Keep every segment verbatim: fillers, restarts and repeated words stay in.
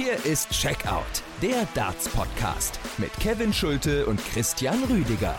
Hier ist Checkout, der Darts-Podcast mit Kevin Schulte und Christian Rüdiger.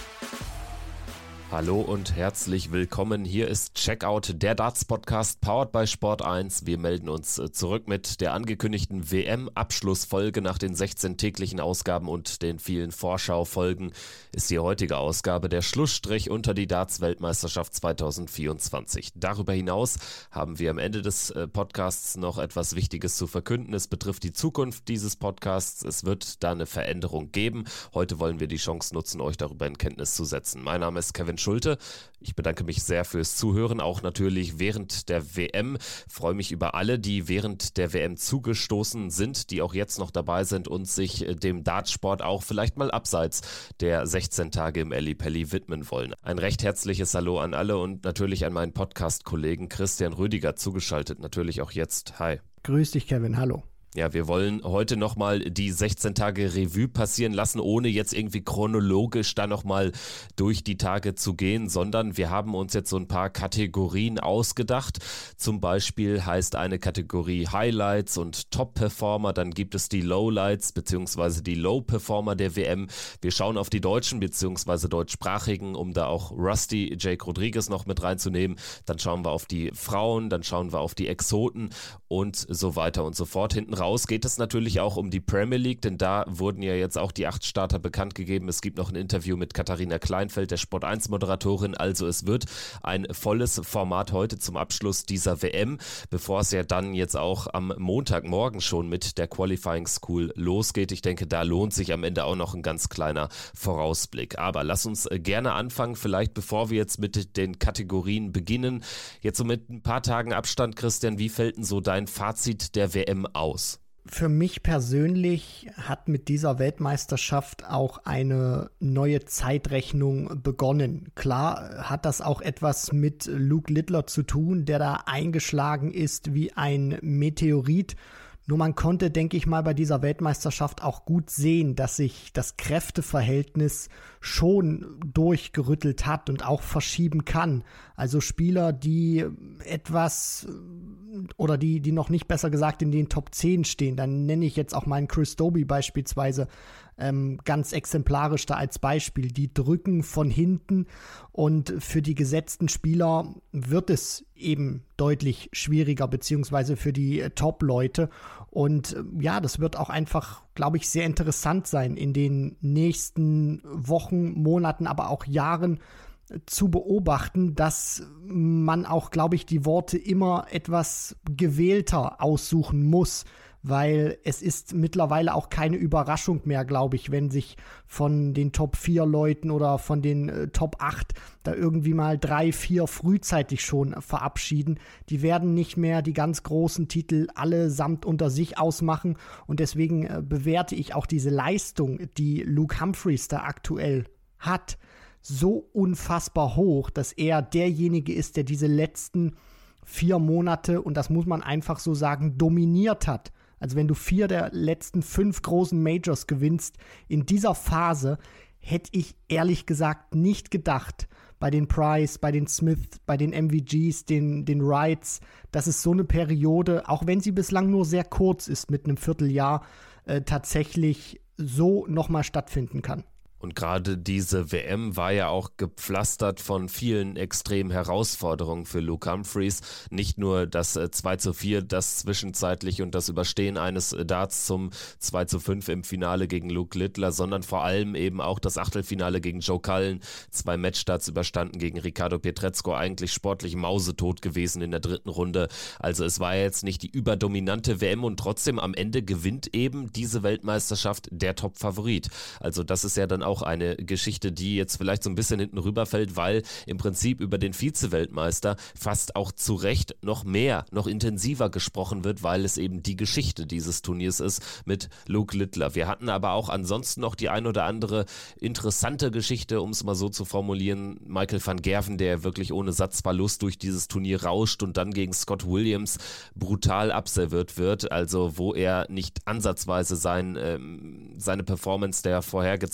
Hallo und herzlich willkommen. Hier ist Checkout, der Darts-Podcast, powered by Sport eins. Wir melden uns zurück mit der angekündigten W M-Abschlussfolge. Nach den sechzehn täglichen Ausgaben und den vielen Vorschaufolgen ist die heutige Ausgabe der Schlussstrich unter die Darts-Weltmeisterschaft zwanzig vierundzwanzig. Darüber hinaus haben wir am Ende des Podcasts noch etwas Wichtiges zu verkünden. Es betrifft die Zukunft dieses Podcasts. Es wird da eine Veränderung geben. Heute wollen wir die Chance nutzen, euch darüber in Kenntnis zu setzen. Mein Name ist Kevin Schulte. Ich bedanke mich sehr fürs Zuhören, auch natürlich während der W M. Freue mich über alle, die während der W M zugestoßen sind, die auch jetzt noch dabei sind und sich dem Dartsport auch vielleicht mal abseits der sechzehn Tage im Ellipelli widmen wollen. Ein recht herzliches Hallo an alle und natürlich an meinen Podcast-Kollegen Christian Rüdiger zugeschaltet, natürlich auch jetzt. Hi. Grüß dich, Kevin. Hallo. Ja, wir wollen heute nochmal die sechzehn Tage Revue passieren lassen, ohne jetzt irgendwie chronologisch da nochmal durch die Tage zu gehen, sondern wir haben uns jetzt so ein paar Kategorien ausgedacht. Zum Beispiel heißt eine Kategorie Highlights und Top-Performer, dann gibt es die Lowlights bzw. die Low-Performer der W M. Wir schauen auf die Deutschen bzw. deutschsprachigen, um da auch Rusty Jake Rodriguez noch mit reinzunehmen. Dann schauen wir auf die Frauen, dann schauen wir auf die Exoten und so weiter und so fort. Hinten raus geht es natürlich auch um die Premier League, denn da wurden ja jetzt auch die acht Starter bekannt gegeben. Es gibt noch ein Interview mit Katharina Kleinfeld, der Sport eins Moderatorin. Also es wird ein volles Format heute zum Abschluss dieser W M, bevor es ja dann jetzt auch am Montagmorgen schon mit der Qualifying School losgeht. Ich denke, da lohnt sich am Ende auch noch ein ganz kleiner Vorausblick. Aber lass uns gerne anfangen, vielleicht bevor wir jetzt mit den Kategorien beginnen. Jetzt so mit ein paar Tagen Abstand, Christian, wie fällt denn so dein Fazit der W M aus? Für mich persönlich hat mit dieser Weltmeisterschaft auch eine neue Zeitrechnung begonnen. Klar hat das auch etwas mit Luke Littler zu tun, der da eingeschlagen ist wie ein Meteorit. Nur man konnte, denke ich mal, bei dieser Weltmeisterschaft auch gut sehen, dass sich das Kräfteverhältnis schon durchgerüttelt hat und auch verschieben kann. Also Spieler, die etwas oder die, die noch nicht, besser gesagt, in den Top zehn stehen, dann nenne ich jetzt auch mal einen Chris Dobey beispielsweise ähm, ganz exemplarisch da als Beispiel. Die drücken von hinten und für die gesetzten Spieler wird es eben deutlich schwieriger, beziehungsweise für die äh, Top-Leute. Und äh, ja, das wird auch einfach, glaube ich, sehr interessant sein in den nächsten Wochen, Monaten, aber auch Jahren zu beobachten, dass man auch, glaube ich, die Worte immer etwas gewählter aussuchen muss, weil es ist mittlerweile auch keine Überraschung mehr, glaube ich, wenn sich von den Top vier Leuten oder von den äh, Top acht da irgendwie mal drei, vier frühzeitig schon verabschieden. Die werden nicht mehr die ganz großen Titel allesamt unter sich ausmachen und deswegen äh, bewerte ich auch diese Leistung, die Luke Humphries da aktuell hat, so unfassbar hoch, dass er derjenige ist, der diese letzten vier Monate, und das muss man einfach so sagen, dominiert hat. Also wenn du vier der letzten fünf großen Majors gewinnst, in dieser Phase hätte ich ehrlich gesagt nicht gedacht, bei den Price, bei den Smith, bei den M V Gs, den, den Wrights, dass es so eine Periode, auch wenn sie bislang nur sehr kurz ist, mit einem Vierteljahr, äh, tatsächlich so nochmal stattfinden kann. Und gerade diese W M war ja auch gepflastert von vielen extremen Herausforderungen für Luke Humphries. Nicht nur das zwei zu vier, das zwischenzeitlich und das Überstehen eines Darts zum zwei zu fünf im Finale gegen Luke Littler, sondern vor allem eben auch das Achtelfinale gegen Joe Cullen. Zwei Matchstarts überstanden gegen Ricardo Pietrezco, eigentlich sportlich mausetot gewesen in der dritten Runde. Also es war jetzt nicht die überdominante W M und trotzdem am Ende gewinnt eben diese Weltmeisterschaft der Top-Favorit. Also das ist ja dann auch auch eine Geschichte, die jetzt vielleicht so ein bisschen hinten rüberfällt, weil im Prinzip über den Vize-Weltmeister fast auch zu Recht noch mehr, noch intensiver gesprochen wird, weil es eben die Geschichte dieses Turniers ist mit Luke Littler. Wir hatten aber auch ansonsten noch die ein oder andere interessante Geschichte, um es mal so zu formulieren. Michael van Gerven, der wirklich ohne Satzverlust durch dieses Turnier rauscht und dann gegen Scott Williams brutal abserviert wird, also wo er nicht ansatzweise sein, ähm, seine Performance der vorhergezeigten Leistung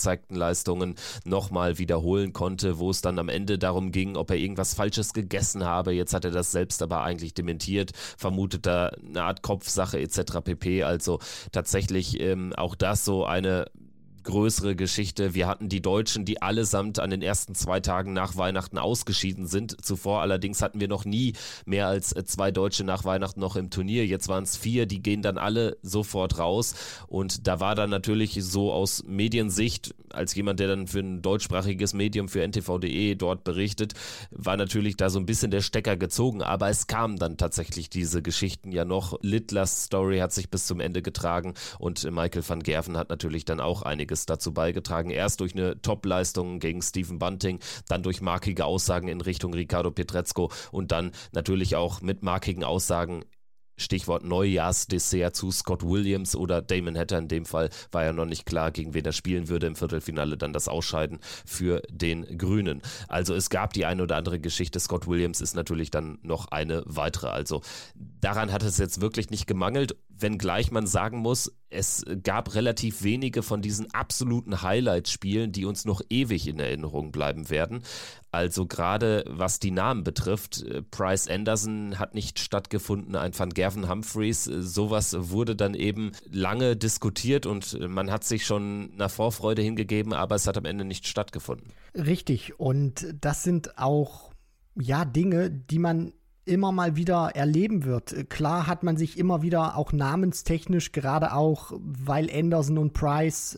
Trainingsleistungen nochmal wiederholen konnte, wo es dann am Ende darum ging, ob er irgendwas Falsches gegessen habe. Jetzt hat er das selbst aber eigentlich dementiert, vermutet da eine Art Kopfsache et cetera pp. Also tatsächlich ähm, auch das so eine größere Geschichte. Wir hatten die Deutschen, die allesamt an den ersten zwei Tagen nach Weihnachten ausgeschieden sind. Zuvor allerdings hatten wir noch nie mehr als zwei Deutsche nach Weihnachten noch im Turnier. Jetzt waren es vier, die gehen dann alle sofort raus. Und da war dann natürlich so aus Mediensicht, als jemand, der dann für ein deutschsprachiges Medium für N T V punkt de dort berichtet, war natürlich da so ein bisschen der Stecker gezogen. Aber es kamen dann tatsächlich diese Geschichten ja noch. Littlers Story hat sich bis zum Ende getragen und Michael van Gerwen hat natürlich dann auch einige dazu beigetragen. Erst durch eine Top-Leistung gegen Stephen Bunting, dann durch markige Aussagen in Richtung Ricardo Pietrezco und dann natürlich auch mit markigen Aussagen, Stichwort Neujahrsdessert zu Scott Williams oder Damon Hatter. In dem Fall war ja noch nicht klar, gegen wen er spielen würde. Im Viertelfinale dann das Ausscheiden für den Grünen. Also es gab die eine oder andere Geschichte. Scott Williams ist natürlich dann noch eine weitere. Also daran hat es jetzt wirklich nicht gemangelt, wenngleich man sagen muss, es gab relativ wenige von diesen absoluten Highlight-Spielen, die uns noch ewig in Erinnerung bleiben werden. Also gerade was die Namen betrifft, Bryce Anderson hat nicht stattgefunden, ein Van Gerwen Humphreys, sowas wurde dann eben lange diskutiert und man hat sich schon einer Vorfreude hingegeben, aber es hat am Ende nicht stattgefunden. Richtig, und das sind auch ja Dinge, die man immer mal wieder erleben wird. Klar hat man sich immer wieder auch namenstechnisch, gerade auch, weil Anderson und Price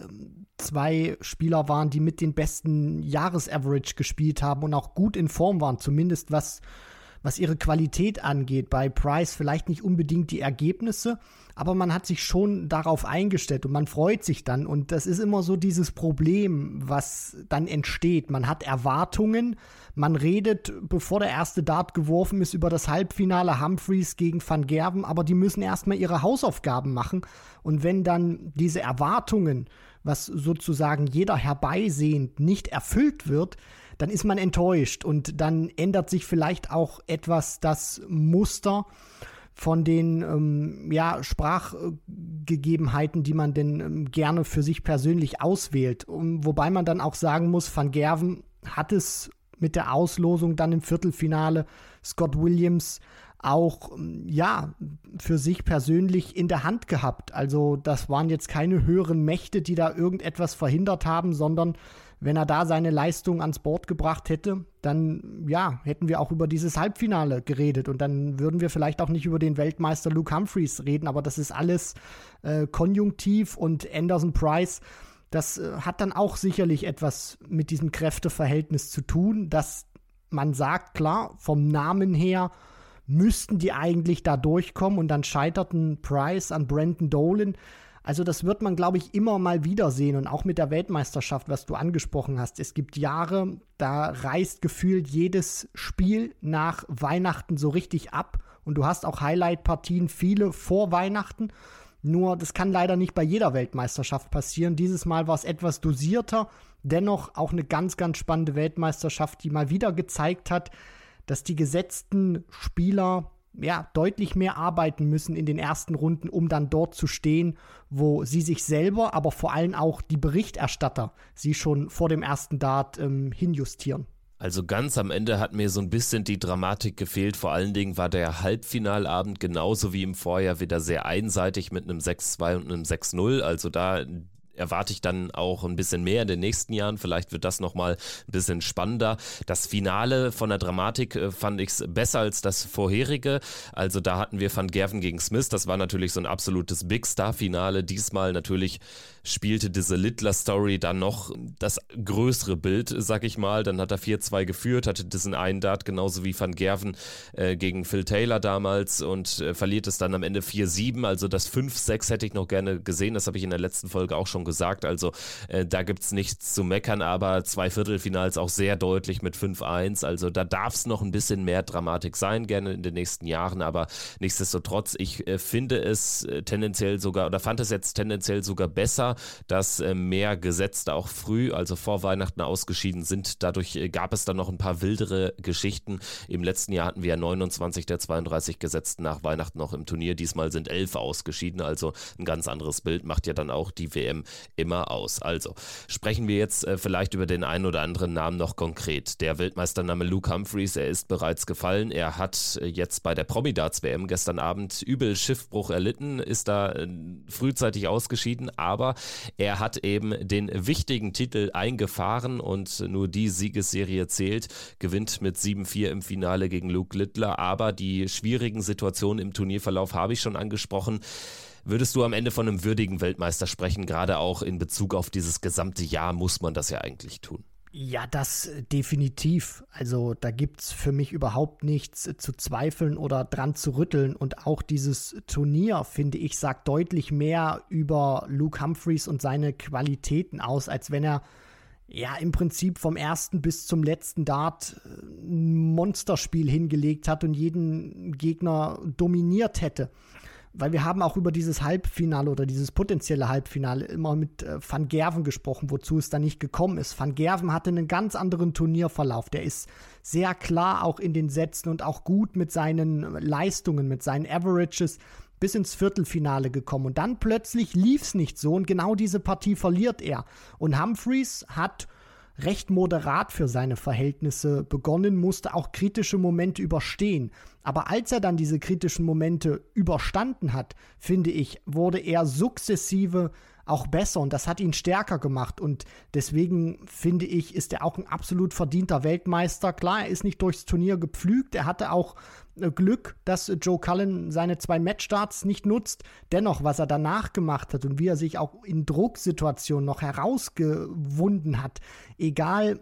zwei Spieler waren, die mit den besten Jahresaverage gespielt haben und auch gut in Form waren, zumindest was, was ihre Qualität angeht. Bei Price vielleicht nicht unbedingt die Ergebnisse, aber man hat sich schon darauf eingestellt und man freut sich dann. Und das ist immer so dieses Problem, was dann entsteht. Man hat Erwartungen, man redet, bevor der erste Dart geworfen ist, über das Halbfinale Humphreys gegen Van Gerwen, aber die müssen erstmal ihre Hausaufgaben machen. Und wenn dann diese Erwartungen, was sozusagen jeder herbeisehnt, nicht erfüllt wird, dann ist man enttäuscht und dann ändert sich vielleicht auch etwas das Muster von den ähm, ja, Sprachgegebenheiten, die man denn ähm, gerne für sich persönlich auswählt. Um, wobei man dann auch sagen muss, Van Gerwen hat es mit der Auslosung dann im Viertelfinale Scott Williams auch ja für sich persönlich in der Hand gehabt. Also das waren jetzt keine höheren Mächte, die da irgendetwas verhindert haben, sondern wenn er da seine Leistung ans Board gebracht hätte, dann ja, hätten wir auch über dieses Halbfinale geredet und dann würden wir vielleicht auch nicht über den Weltmeister Luke Humphreys reden, aber das ist alles äh, konjunktiv und Anderson Price, das äh, hat dann auch sicherlich etwas mit diesem Kräfteverhältnis zu tun, dass man sagt, klar, vom Namen her müssten die eigentlich da durchkommen und dann scheiterten Price an Brandon Dolan. Also das wird man, glaube ich, immer mal wieder sehen und auch mit der Weltmeisterschaft, was du angesprochen hast. Es gibt Jahre, da reißt gefühlt jedes Spiel nach Weihnachten so richtig ab und du hast auch Highlight-Partien, viele vor Weihnachten. Nur das kann leider nicht bei jeder Weltmeisterschaft passieren. Dieses Mal war es etwas dosierter, dennoch auch eine ganz, ganz spannende Weltmeisterschaft, die mal wieder gezeigt hat, dass die gesetzten Spieler ja, deutlich mehr arbeiten müssen in den ersten Runden, um dann dort zu stehen, wo sie sich selber, aber vor allem auch die Berichterstatter sie schon vor dem ersten Dart ähm, hinjustieren. Also ganz am Ende hat mir so ein bisschen die Dramatik gefehlt. Vor allen Dingen war der Halbfinalabend genauso wie im Vorjahr wieder sehr einseitig mit einem sechs zwei und einem sechs null. Also da erwarte ich dann auch ein bisschen mehr in den nächsten Jahren. Vielleicht wird das nochmal ein bisschen spannender. Das Finale von der Dramatik äh, fand ich besser als das vorherige. Also da hatten wir Van Gerwen gegen Smith. Das war natürlich so ein absolutes Big-Star-Finale. Diesmal natürlich spielte diese Littler-Story dann noch das größere Bild, sag ich mal. Dann hat er vier zwei geführt, hatte diesen einen Dart genauso wie Van Gerwen äh, gegen Phil Taylor damals und äh, verliert es dann am Ende vier sieben. Also das fünf sechs hätte ich noch gerne gesehen. Das habe ich in der letzten Folge auch schon gesagt, also äh, da gibt es nichts zu meckern, aber zwei Viertelfinals auch sehr deutlich mit fünf eins, also da darf es noch ein bisschen mehr Dramatik sein, gerne in den nächsten Jahren, aber nichtsdestotrotz, ich äh, finde es äh, tendenziell sogar, oder fand es jetzt tendenziell sogar besser, dass äh, mehr Gesetzte auch früh, also vor Weihnachten ausgeschieden sind, dadurch äh, gab es dann noch ein paar wildere Geschichten. Im letzten Jahr hatten wir ja neunundzwanzig der zweiunddreißig Gesetzten nach Weihnachten noch im Turnier, diesmal sind elf ausgeschieden, also ein ganz anderes Bild, macht ja dann auch die W M immer aus. Also sprechen wir jetzt äh, vielleicht über den einen oder anderen Namen noch konkret. Der Weltmeistername Luke Humphries, er ist bereits gefallen. Er hat äh, jetzt bei der Promi-Darts-W M gestern Abend übel Schiffbruch erlitten, ist da äh, frühzeitig ausgeschieden, aber er hat eben den wichtigen Titel eingefahren und nur die Siegesserie zählt, gewinnt mit sieben vier im Finale gegen Luke Littler, aber die schwierigen Situationen im Turnierverlauf habe ich schon angesprochen. Würdest du am Ende von einem würdigen Weltmeister sprechen, gerade auch in Bezug auf dieses gesamte Jahr muss man das ja eigentlich tun? Ja, das definitiv. Also da gibt es für mich überhaupt nichts zu zweifeln oder dran zu rütteln. Und auch dieses Turnier, finde ich, sagt deutlich mehr über Luke Humphries und seine Qualitäten aus, als wenn er ja im Prinzip vom ersten bis zum letzten Dart ein Monsterspiel hingelegt hat und jeden Gegner dominiert hätte. Weil wir haben auch über dieses Halbfinale oder dieses potenzielle Halbfinale immer mit äh, Van Gerven gesprochen, wozu es dann nicht gekommen ist. Van Gerven hatte einen ganz anderen Turnierverlauf. Der ist sehr klar auch in den Sätzen und auch gut mit seinen Leistungen, mit seinen Averages bis ins Viertelfinale gekommen. Und dann plötzlich lief es nicht so und genau diese Partie verliert er. Und Humphries hat recht moderat für seine Verhältnisse begonnen, musste auch kritische Momente überstehen. Aber als er dann diese kritischen Momente überstanden hat, finde ich, wurde er sukzessive auch besser und das hat ihn stärker gemacht und deswegen finde ich, ist er auch ein absolut verdienter Weltmeister. Klar, er ist nicht durchs Turnier gepflügt, er hatte auch Glück, dass Joe Cullen seine zwei Matchstarts nicht nutzt. Dennoch, was er danach gemacht hat und wie er sich auch in Drucksituationen noch herausgewunden hat, egal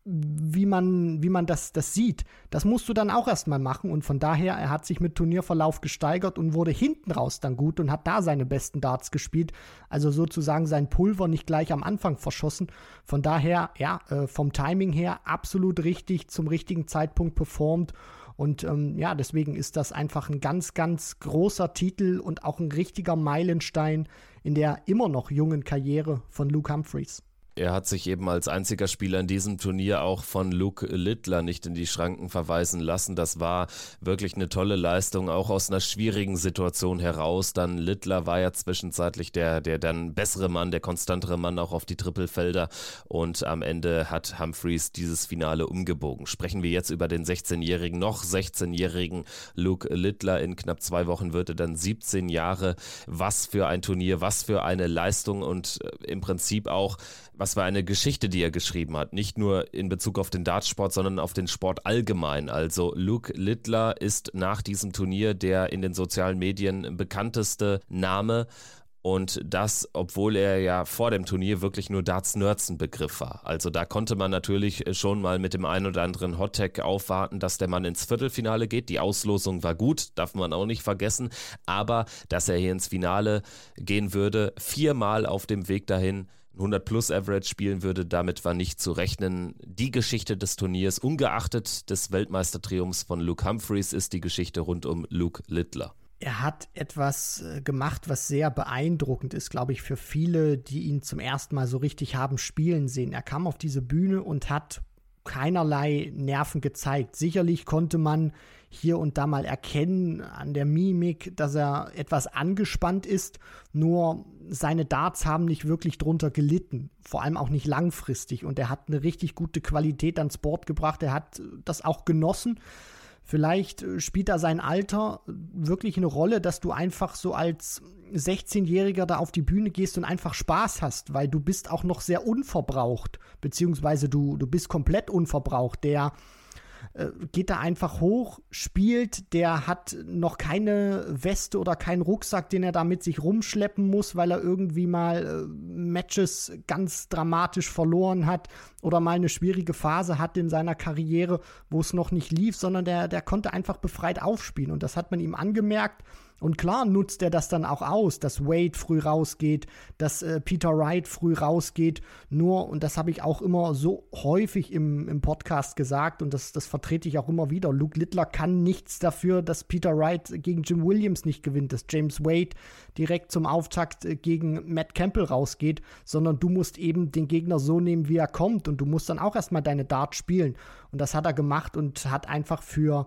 wie man, wie man das, das sieht, das musst du dann auch erstmal machen und von daher, er hat sich mit Turnierverlauf gesteigert und wurde hinten raus dann gut und hat da seine besten Darts gespielt, also sozusagen sein Pulver nicht gleich am Anfang verschossen, von daher, ja, äh, vom Timing her absolut richtig, zum richtigen Zeitpunkt performt und ähm, ja, deswegen ist das einfach ein ganz, ganz großer Titel und auch ein richtiger Meilenstein in der immer noch jungen Karriere von Luke Humphries. Er hat sich eben als einziger Spieler in diesem Turnier auch von Luke Littler nicht in die Schranken verweisen lassen. Das war wirklich eine tolle Leistung, auch aus einer schwierigen Situation heraus. Dann Littler war ja zwischenzeitlich der, der dann bessere Mann, der konstantere Mann auch auf die Trippelfelder und am Ende hat Humphries dieses Finale umgebogen. Sprechen wir jetzt über den sechzehnjährigen, noch sechzehnjährigen Luke Littler. In knapp zwei Wochen wird er dann siebzehn Jahre. Was für ein Turnier, was für eine Leistung und im Prinzip auch was war eine Geschichte, die er geschrieben hat. Nicht nur in Bezug auf den Dartsport, sondern auf den Sport allgemein. Also Luke Littler ist nach diesem Turnier der in den sozialen Medien bekannteste Name. Und das, obwohl er ja vor dem Turnier wirklich nur Darts-Nerds ein Begriff war. Also da konnte man natürlich schon mal mit dem einen oder anderen Hottag aufwarten, dass der Mann ins Viertelfinale geht. Die Auslosung war gut, darf man auch nicht vergessen. Aber dass er hier ins Finale gehen würde, viermal auf dem Weg dahin, hundert plus Average spielen würde, damit war nicht zu rechnen. Die Geschichte des Turniers, ungeachtet des Weltmeistertriumphs von Luke Humphries, ist die Geschichte rund um Luke Littler. Er hat etwas gemacht, was sehr beeindruckend ist, glaube ich, für viele, die ihn zum ersten Mal so richtig haben spielen sehen. Er kam auf diese Bühne und hat keinerlei Nerven gezeigt. Sicherlich konnte man hier und da mal erkennen an der Mimik, dass er etwas angespannt ist, nur seine Darts haben nicht wirklich drunter gelitten, vor allem auch nicht langfristig und er hat eine richtig gute Qualität ans Board gebracht, er hat das auch genossen. Vielleicht spielt da sein Alter wirklich eine Rolle, dass du einfach so als sechzehnjähriger da auf die Bühne gehst und einfach Spaß hast, weil du bist auch noch sehr unverbraucht, beziehungsweise du, du bist komplett unverbraucht. Der äh, geht da einfach hoch, spielt, der hat noch keine Weste oder keinen Rucksack, den er da mit sich rumschleppen muss, weil er irgendwie mal äh, Matches ganz dramatisch verloren hat oder mal eine schwierige Phase hat in seiner Karriere, wo es noch nicht lief, sondern der, der konnte einfach befreit aufspielen und das hat man ihm angemerkt. Und klar nutzt er das dann auch aus, dass Wade früh rausgeht, dass äh, Peter Wright früh rausgeht. Nur, und das habe ich auch immer so häufig im, im Podcast gesagt und das, das vertrete ich auch immer wieder, Luke Littler kann nichts dafür, dass Peter Wright gegen Jim Williams nicht gewinnt, dass James Wade direkt zum Auftakt äh, gegen Matt Campbell rausgeht, sondern du musst eben den Gegner so nehmen, wie er kommt und du musst dann auch erstmal deine Darts spielen. Und das hat er gemacht und hat einfach für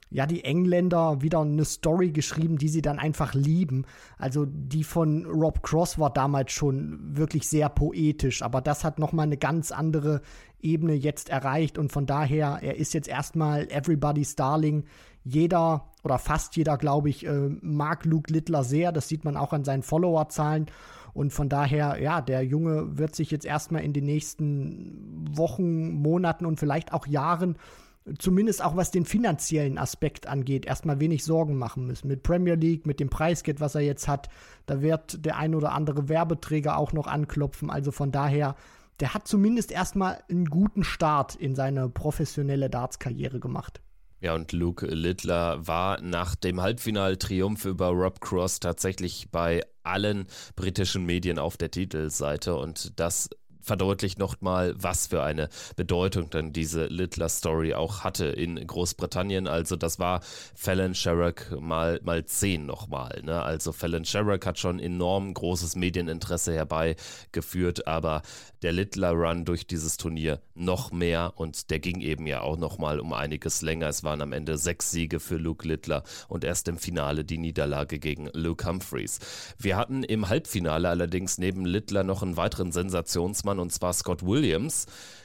ja, die Engländer wieder eine Story geschrieben, die sie dann einfach lieben. Also die von Rob Cross war damals schon wirklich sehr poetisch, aber das hat nochmal eine ganz andere Ebene jetzt erreicht und von daher, er ist jetzt erstmal Everybody's Darling. Jeder oder fast jeder, glaube ich, äh, mag Luke Littler sehr, das sieht man auch an seinen Followerzahlen und von daher, ja, der Junge wird sich jetzt erstmal in den nächsten Wochen, Monaten und vielleicht auch Jahren zumindest auch was den finanziellen Aspekt angeht, erstmal wenig Sorgen machen müssen. Mit Premier League, mit dem Preisgeld, was er jetzt hat, da wird der ein oder andere Werbeträger auch noch anklopfen. Also von daher, der hat zumindest erstmal einen guten Start in seine professionelle Darts-Karriere gemacht. Ja, und Luke Littler war nach dem Halbfinaltriumph über Rob Cross tatsächlich bei allen britischen Medien auf der Titelseite und das verdeutlicht nochmal, was für eine Bedeutung dann diese Littler-Story auch hatte in Großbritannien. Also das war Fallon Sherrock mal, mal zehn nochmal. Ne? Also Fallon Sherrock hat schon enorm großes Medieninteresse herbeigeführt, aber der Littler-Run durch dieses Turnier noch mehr und der ging eben ja auch nochmal um einiges länger. Es waren am Ende sechs Siege für Luke Littler und erst im Finale die Niederlage gegen Luke Humphreys. Wir hatten im Halbfinale allerdings neben Littler noch einen weiteren Sensationsmann und zwar Scott Williams,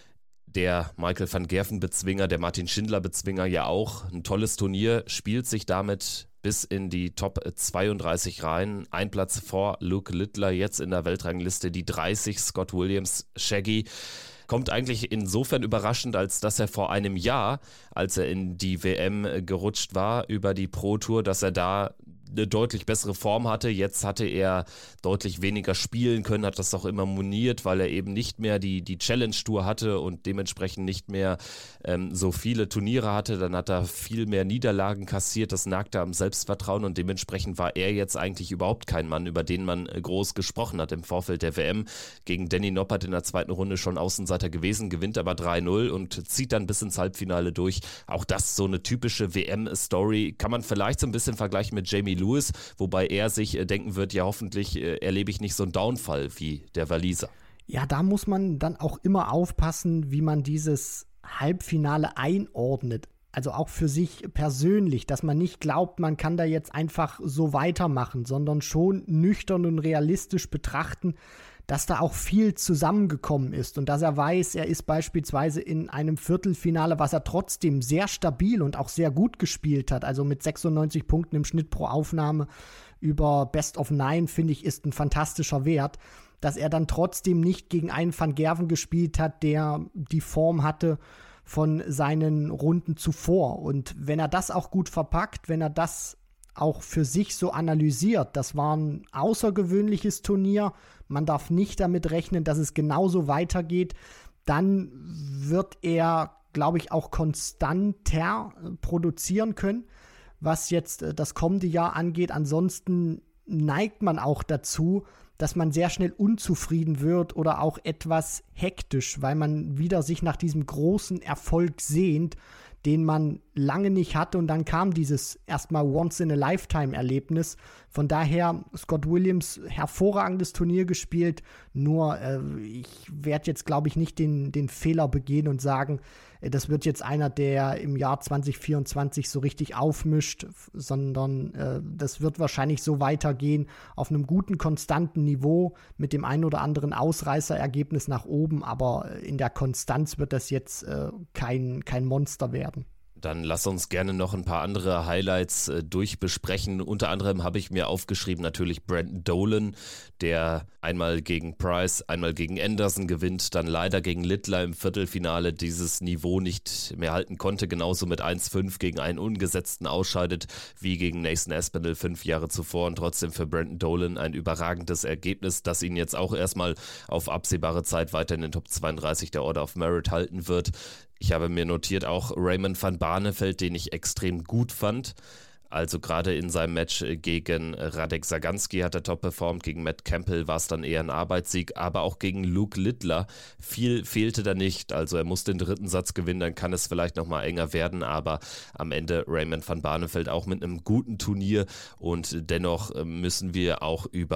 der Michael van Gerven-Bezwinger, der Martin Schindler-Bezwinger ja auch. Ein tolles Turnier, spielt sich damit bis in die Top zweiunddreißig rein. Ein Platz vor Luke Littler jetzt in der Weltrangliste, die dreißig, Scott Williams, Shaggy. Kommt eigentlich insofern überraschend, als dass er vor einem Jahr, als er in die W M gerutscht war über die Pro Tour, dass er da eine deutlich bessere Form hatte. Jetzt hatte er deutlich weniger spielen können, hat das auch immer moniert, weil er eben nicht mehr die, die Challenge-Tour hatte und dementsprechend nicht mehr ähm, so viele Turniere hatte. Dann hat er viel mehr Niederlagen kassiert, das nagte am Selbstvertrauen und dementsprechend war er jetzt eigentlich überhaupt kein Mann, über den man groß gesprochen hat im Vorfeld der W M. Gegen Danny Noppert in der zweiten Runde schon Außenseiter gewesen, gewinnt aber drei null und zieht dann bis ins Halbfinale durch. Auch das so eine typische W M-Story. Kann man vielleicht so ein bisschen vergleichen mit Jamie Lewis, wobei er sich äh, denken wird, ja hoffentlich äh, erlebe ich nicht so einen Downfall wie der Waliser. Ja, da muss man dann auch immer aufpassen, wie man dieses Halbfinale einordnet. Also auch für sich persönlich, dass man nicht glaubt, man kann da jetzt einfach so weitermachen, sondern schon nüchtern und realistisch betrachten, dass da auch viel zusammengekommen ist und dass er weiß, er ist beispielsweise in einem Viertelfinale, was er trotzdem sehr stabil und auch sehr gut gespielt hat, also mit sechsundneunzig Punkten im Schnitt pro Aufnahme über Best of Nine, finde ich, ist ein fantastischer Wert, dass er dann trotzdem nicht gegen einen Van Gerven gespielt hat, der die Form hatte von seinen Runden zuvor. Und wenn er das auch gut verpackt, wenn er das auch für sich so analysiert, das war ein außergewöhnliches Turnier, man darf nicht damit rechnen, dass es genauso weitergeht, dann wird er, glaube ich, auch konstanter produzieren können, was jetzt das kommende Jahr angeht. Ansonsten neigt man auch dazu, dass man sehr schnell unzufrieden wird oder auch etwas hektisch, weil man wieder sich nach diesem großen Erfolg sehnt, den man lange nicht hatte und dann kam dieses erstmal Once-in-a-Lifetime-Erlebnis. Von daher, Scott Williams, hervorragendes Turnier gespielt, nur äh, ich werde jetzt, glaube ich, nicht den, den Fehler begehen und sagen, äh, das wird jetzt einer, der im Jahr zwanzig vierundzwanzig so richtig aufmischt, sondern äh, das wird wahrscheinlich so weitergehen auf einem guten, konstanten Niveau mit dem ein oder anderen Ausreißerergebnis nach oben, aber in der Konstanz wird das jetzt äh, kein, kein Monster werden. Dann lass uns gerne noch ein paar andere Highlights äh, durchbesprechen. Unter anderem habe ich mir aufgeschrieben natürlich Brandon Dolan, der einmal gegen Price, einmal gegen Anderson gewinnt, dann leider gegen Littler im Viertelfinale dieses Niveau nicht mehr halten konnte, genauso mit eins fünf gegen einen Ungesetzten ausscheidet, wie gegen Nathan Aspinall fünf Jahre zuvor und trotzdem für Brandon Dolan ein überragendes Ergebnis, das ihn jetzt auch erstmal auf absehbare Zeit weiter in den Top zweiunddreißig der Order of Merit halten wird. Ich habe mir notiert auch Raymond van Barneveld, den ich extrem gut fand. Also gerade in seinem Match gegen Radek Saganski hat er top performt, gegen Matt Campbell war es dann eher ein Arbeitssieg, aber auch gegen Luke Littler. Viel fehlte da nicht, also er muss den dritten Satz gewinnen, dann kann es vielleicht nochmal enger werden, aber am Ende Raymond van Barneveld auch mit einem guten Turnier und dennoch müssen wir auch über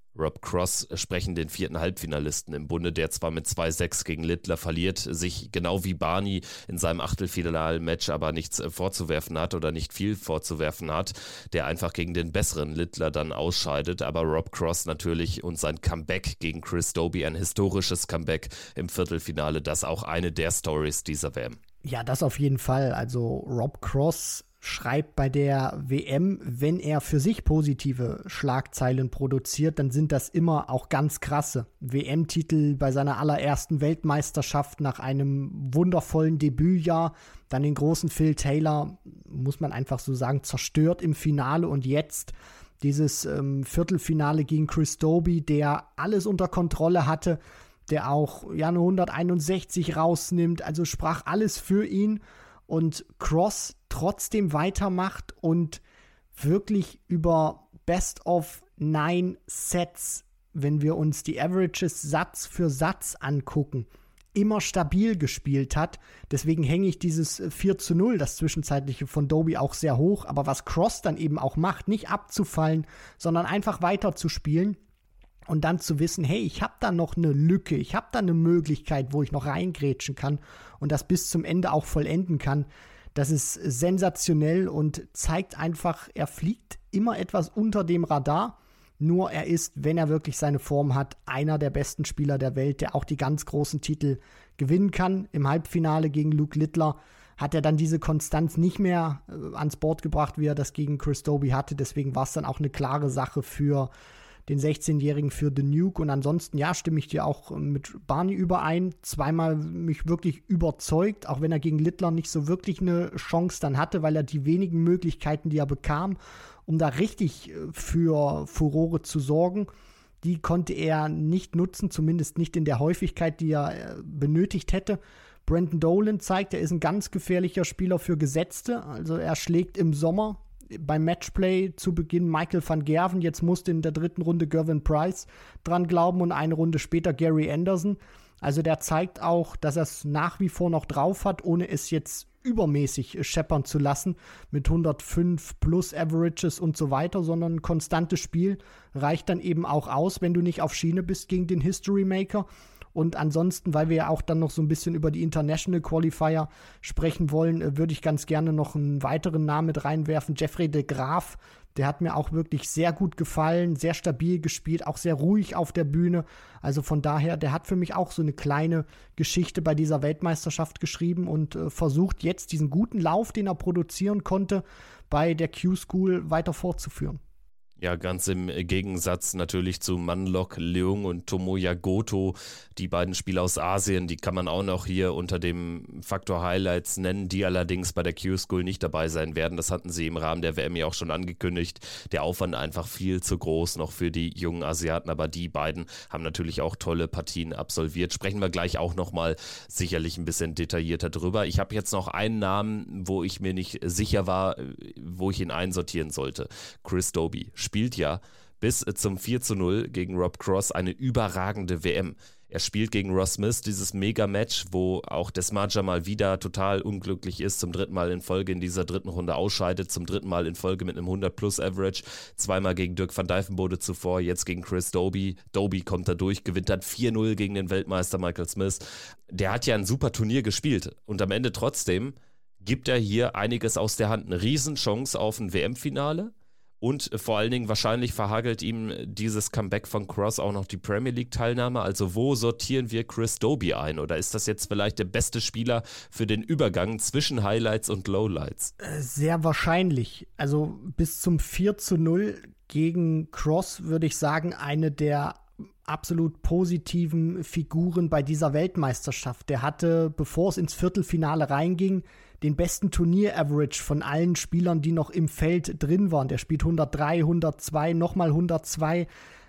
Rob Cross sprechen den vierten Halbfinalisten im Bunde, der zwar mit zwei sechs gegen Littler verliert, sich genau wie Barney in seinem Achtelfinal-Match aber nichts vorzuwerfen hat oder nicht viel vorzuwerfen hat, der einfach gegen den besseren Littler dann ausscheidet, aber Rob Cross natürlich und sein Comeback gegen Chris Dobey, ein historisches Comeback im Viertelfinale, das auch eine der Stories dieser W M. Ja, das auf jeden Fall. Also Rob Cross schreibt bei der W M, wenn er für sich positive Schlagzeilen produziert, dann sind das immer auch ganz krasse. W M-Titel bei seiner allerersten Weltmeisterschaft nach einem wundervollen Debütjahr, dann den großen Phil Taylor, muss man einfach so sagen, zerstört im Finale und jetzt dieses ähm, Viertelfinale gegen Chris Dobey, der alles unter Kontrolle hatte, der auch ja eine hunderteinundsechzig rausnimmt, also sprach alles für ihn. Und Cross trotzdem weitermacht und wirklich über Best of Nine Sets, wenn wir uns die Averages Satz für Satz angucken, immer stabil gespielt hat. Deswegen hänge ich dieses vier zu null, das zwischenzeitliche von Dobey, auch sehr hoch. Aber was Cross dann eben auch macht, nicht abzufallen, sondern einfach weiter zu spielen. Und dann zu wissen, hey, ich habe da noch eine Lücke, ich habe da eine Möglichkeit, wo ich noch reingrätschen kann und das bis zum Ende auch vollenden kann. Das ist sensationell und zeigt einfach, er fliegt immer etwas unter dem Radar. Nur er ist, wenn er wirklich seine Form hat, einer der besten Spieler der Welt, der auch die ganz großen Titel gewinnen kann. Im Halbfinale gegen Luke Littler hat er dann diese Konstanz nicht mehr äh, ans Board gebracht, wie er das gegen Chris Dobey hatte. Deswegen war es dann auch eine klare Sache für den sechzehnjährigen, für The Nuke. Und ansonsten, ja, stimme ich dir auch mit Barney überein. Zweimal mich wirklich überzeugt, auch wenn er gegen Littler nicht so wirklich eine Chance dann hatte, weil er die wenigen Möglichkeiten, die er bekam, um da richtig für Furore zu sorgen, die konnte er nicht nutzen, zumindest nicht in der Häufigkeit, die er benötigt hätte. Brendan Dolan zeigt, er ist ein ganz gefährlicher Spieler für Gesetzte. Also er schlägt im Sommer beim Matchplay zu Beginn Michael van Gerven, jetzt musste in der dritten Runde Gervin Price dran glauben und eine Runde später Gary Anderson. Also der zeigt auch, dass er es nach wie vor noch drauf hat, ohne es jetzt übermäßig scheppern zu lassen mit hundertfünf plus Averages und so weiter, sondern ein konstantes Spiel reicht dann eben auch aus, wenn du nicht auf Schiene bist gegen den History Maker. Und ansonsten, weil wir ja auch dann noch so ein bisschen über die International Qualifier sprechen wollen, würde ich ganz gerne noch einen weiteren Namen mit reinwerfen. Jeffrey de Graaf, der hat mir auch wirklich sehr gut gefallen, sehr stabil gespielt, auch sehr ruhig auf der Bühne. Also von daher, der hat für mich auch so eine kleine Geschichte bei dieser Weltmeisterschaft geschrieben und äh, versucht jetzt diesen guten Lauf, den er produzieren konnte, bei der Q-School weiter fortzuführen. Ja, ganz im Gegensatz natürlich zu Manlok Leung und Tomoya Goto, die beiden Spieler aus Asien, die kann man auch noch hier unter dem Faktor Highlights nennen, die allerdings bei der Q-School nicht dabei sein werden. Das hatten sie im Rahmen der W M ja auch schon angekündigt. Der Aufwand einfach viel zu groß noch für die jungen Asiaten, aber die beiden haben natürlich auch tolle Partien absolviert. Sprechen wir gleich auch nochmal sicherlich ein bisschen detaillierter drüber. Ich habe jetzt noch einen Namen, wo ich mir nicht sicher war, wo ich ihn einsortieren sollte. Chris Dobey spielt ja bis zum vier zu null gegen Rob Cross eine überragende W M. Er spielt gegen Ross Smith dieses Mega-Match, wo auch Desmaja mal wieder total unglücklich ist, zum dritten Mal in Folge in dieser dritten Runde ausscheidet, zum dritten Mal in Folge mit einem hundert plus Average, zweimal gegen Dirk van Dijvenbode zuvor, jetzt gegen Chris Dobey. Dobey kommt da durch, gewinnt dann vier null gegen den Weltmeister Michael Smith. Der hat ja ein super Turnier gespielt und am Ende trotzdem gibt er hier einiges aus der Hand. Eine Riesenchance auf ein W M-Finale. Und vor allen Dingen wahrscheinlich verhagelt ihm dieses Comeback von Cross auch noch die Premier League-Teilnahme. Also wo sortieren wir Chris Dobey ein? Oder ist das jetzt vielleicht der beste Spieler für den Übergang zwischen Highlights und Lowlights? Sehr wahrscheinlich. Also bis zum vier zu null gegen Cross würde ich sagen, eine der absolut positiven Figuren bei dieser Weltmeisterschaft. Der hatte, bevor es ins Viertelfinale reinging, den besten Turnier-Average von allen Spielern, die noch im Feld drin waren. Der spielt hundertdrei, hundertzwei, nochmal hundertzwei.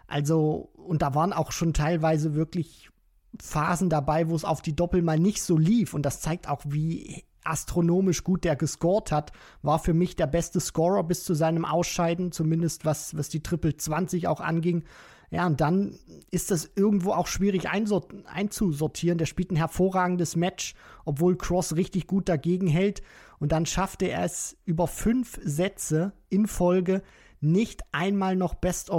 Also, und da waren auch schon teilweise wirklich Phasen dabei, wo es auf die Doppel mal nicht so lief. Und das zeigt auch, wie astronomisch gut der gescored hat. War für mich der beste Scorer bis zu seinem Ausscheiden, zumindest was, was die Triple zwanzig auch anging. Ja, und dann ist das irgendwo auch schwierig einsort- einzusortieren. Der spielt ein hervorragendes Match, obwohl Cross richtig gut dagegen hält. Und dann schaffte er es über fünf Sätze in Folge nicht einmal noch Best of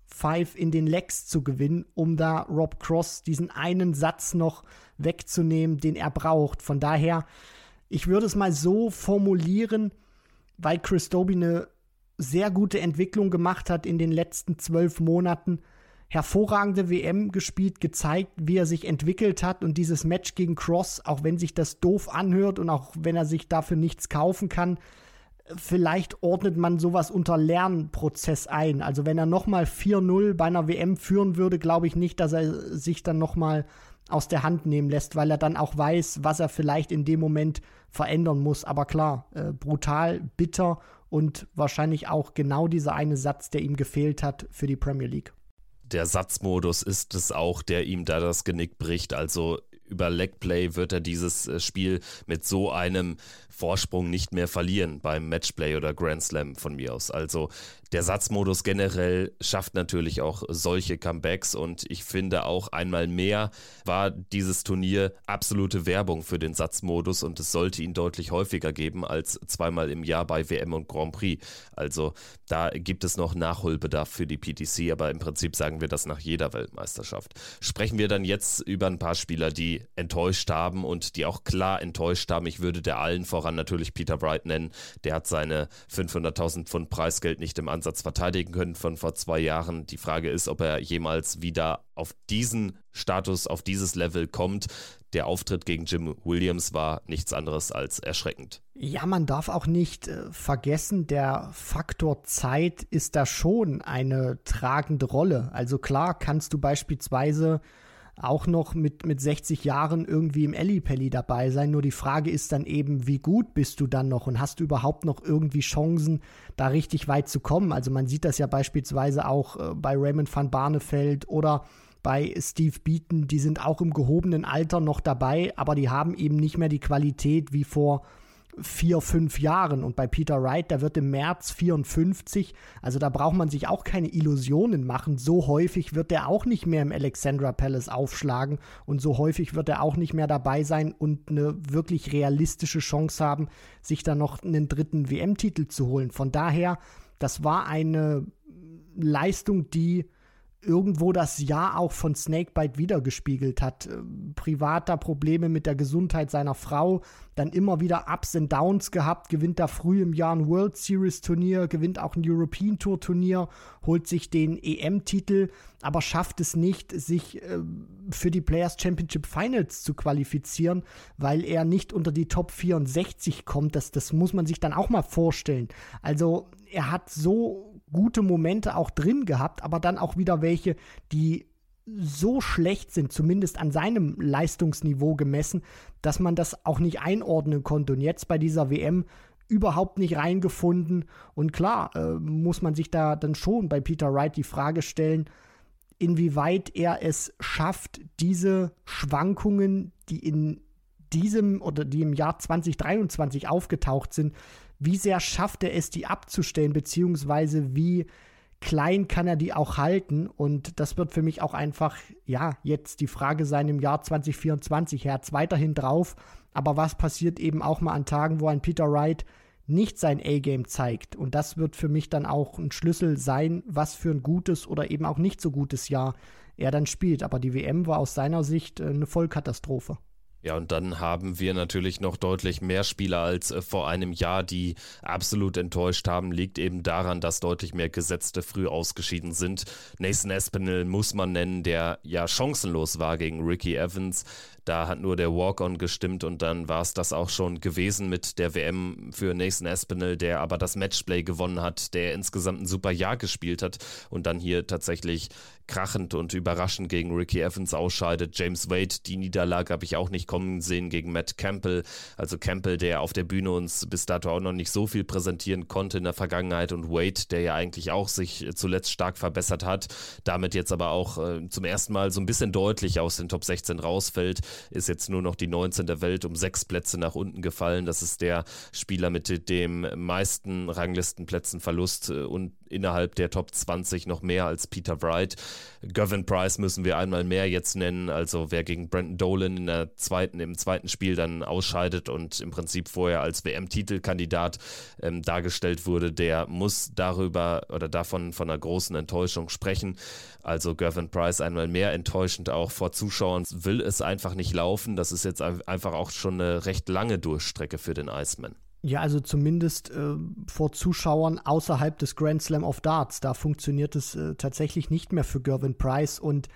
Five in den Legs zu gewinnen, um da Rob Cross diesen einen Satz noch wegzunehmen, den er braucht. Von daher, ich würde es mal so formulieren, weil Chris Dobey eine sehr gute Entwicklung gemacht hat in den letzten zwölf Monaten, hervorragende W M gespielt, gezeigt, wie er sich entwickelt hat, und dieses Match gegen Cross, auch wenn sich das doof anhört und auch wenn er sich dafür nichts kaufen kann, vielleicht ordnet man sowas unter Lernprozess ein. Also wenn er nochmal vier null bei einer W M führen würde, glaube ich nicht, dass er sich dann nochmal aus der Hand nehmen lässt, weil er dann auch weiß, was er vielleicht in dem Moment verändern muss. Aber klar, äh, brutal, bitter und wahrscheinlich auch genau dieser eine Satz, der ihm gefehlt hat für die Premier League. Der Satzmodus ist es auch, der ihm da das Genick bricht. Also über Legplay wird er dieses Spiel mit so einem Vorsprung nicht mehr verlieren beim Matchplay oder Grand Slam von mir aus. Also der Satzmodus generell schafft natürlich auch solche Comebacks, und ich finde auch einmal mehr war dieses Turnier absolute Werbung für den Satzmodus, und es sollte ihn deutlich häufiger geben als zweimal im Jahr bei W M und Grand Prix. Also da gibt es noch Nachholbedarf für die P D C, aber im Prinzip sagen wir das nach jeder Weltmeisterschaft. Sprechen wir dann jetzt über ein paar Spieler, die enttäuscht haben und die auch klar enttäuscht haben. Ich würde der allen voran natürlich Peter Wright nennen. Der hat seine fünfhunderttausend Pfund Preisgeld nicht im Ansatz verteidigen können von vor zwei Jahren. Die Frage ist, ob er jemals wieder auf diesen Status, auf dieses Level kommt. Der Auftritt gegen Jim Williams war nichts anderes als erschreckend. Ja, man darf auch nicht äh, vergessen, der Faktor Zeit ist da schon eine tragende Rolle. Also klar kannst du beispielsweise auch noch mit, mit sechzig Jahren irgendwie im Ellipelli dabei sein. Nur die Frage ist dann eben, wie gut bist du dann noch und hast du überhaupt noch irgendwie Chancen, da richtig weit zu kommen? Also man sieht das ja beispielsweise auch äh, bei Raymond van Barneveld oder bei Steve Beaton. Die sind auch im gehobenen Alter noch dabei, aber die haben eben nicht mehr die Qualität wie vor vier, fünf Jahren. Und bei Peter Wright, der wird im März vierundfünfzig, also da braucht man sich auch keine Illusionen machen. So häufig wird er auch nicht mehr im Alexandra Palace aufschlagen und so häufig wird er auch nicht mehr dabei sein und eine wirklich realistische Chance haben, sich dann noch einen dritten W M-Titel zu holen. Von daher, das war eine Leistung, die irgendwo das Jahr auch von Snakebite wiedergespiegelt hat. Äh, privater Probleme mit der Gesundheit seiner Frau, dann immer wieder Ups and Downs gehabt, gewinnt da früh im Jahr ein World Series Turnier, gewinnt auch ein European Tour Turnier, holt sich den E M-Titel, aber schafft es nicht, sich äh, für die Players Championship Finals zu qualifizieren, weil er nicht unter die Top vierundsechzig kommt. Das, das muss man sich dann auch mal vorstellen. Also er hat so gute Momente auch drin gehabt, aber dann auch wieder welche, die so schlecht sind, zumindest an seinem Leistungsniveau gemessen, dass man das auch nicht einordnen konnte. Und jetzt bei dieser W M überhaupt nicht reingefunden. Und klar, äh, muss man sich da dann schon bei Peter Wright die Frage stellen, inwieweit er es schafft, diese Schwankungen, die in diesem oder die im Jahr zwanzig dreiundzwanzig aufgetaucht sind, wie sehr schafft er es, die abzustellen, beziehungsweise wie klein kann er die auch halten? Und das wird für mich auch einfach, ja, jetzt die Frage sein im Jahr zwanzig vierundzwanzig. Er hat es weiterhin drauf, aber was passiert eben auch mal an Tagen, wo ein Peter Wright nicht sein A-Game zeigt? Und das wird für mich dann auch ein Schlüssel sein, was für ein gutes oder eben auch nicht so gutes Jahr er dann spielt. Aber die W M war aus seiner Sicht eine Vollkatastrophe. Ja, und dann haben wir natürlich noch deutlich mehr Spieler als äh, vor einem Jahr, die absolut enttäuscht haben. Liegt eben daran, dass deutlich mehr Gesetzte früh ausgeschieden sind. Nathan Aspinall muss man nennen, der ja chancenlos war gegen Ricky Evans. Da hat nur der Walk-On gestimmt und dann war es das auch schon gewesen mit der W M für Nathan Aspinall, der aber das Matchplay gewonnen hat, der insgesamt ein super Jahr gespielt hat und dann hier tatsächlich krachend und überraschend gegen Ricky Evans ausscheidet. James Wade, die Niederlage habe ich auch nicht kommen sehen gegen Matt Campbell. Also Campbell, der auf der Bühne uns bis dato auch noch nicht so viel präsentieren konnte in der Vergangenheit, und Wade, der ja eigentlich auch sich zuletzt stark verbessert hat, damit jetzt aber auch äh, zum ersten Mal so ein bisschen deutlich aus den Top sechzehn rausfällt, ist jetzt nur noch die neunzehn der Welt, um sechs Plätze nach unten gefallen. Das ist der Spieler mit dem meisten Ranglistenplätzen Verlust und innerhalb der Top zwanzig noch mehr als Peter Wright. Gervin Price müssen wir einmal mehr jetzt nennen, also wer gegen Brandon Dolan in der zweiten, im zweiten Spiel dann ausscheidet und im Prinzip vorher als W M-Titelkandidat ähm, dargestellt wurde, der muss darüber oder davon von einer großen Enttäuschung sprechen. Also Gervin Price einmal mehr enttäuschend auch vor Zuschauern, will es einfach nicht laufen. Das ist jetzt einfach auch schon eine recht lange Durchstrecke für den Iceman. Ja, also zumindest äh, vor Zuschauern außerhalb des Grand Slam of Darts. Da funktioniert es äh, tatsächlich nicht mehr für Gervin Price. Und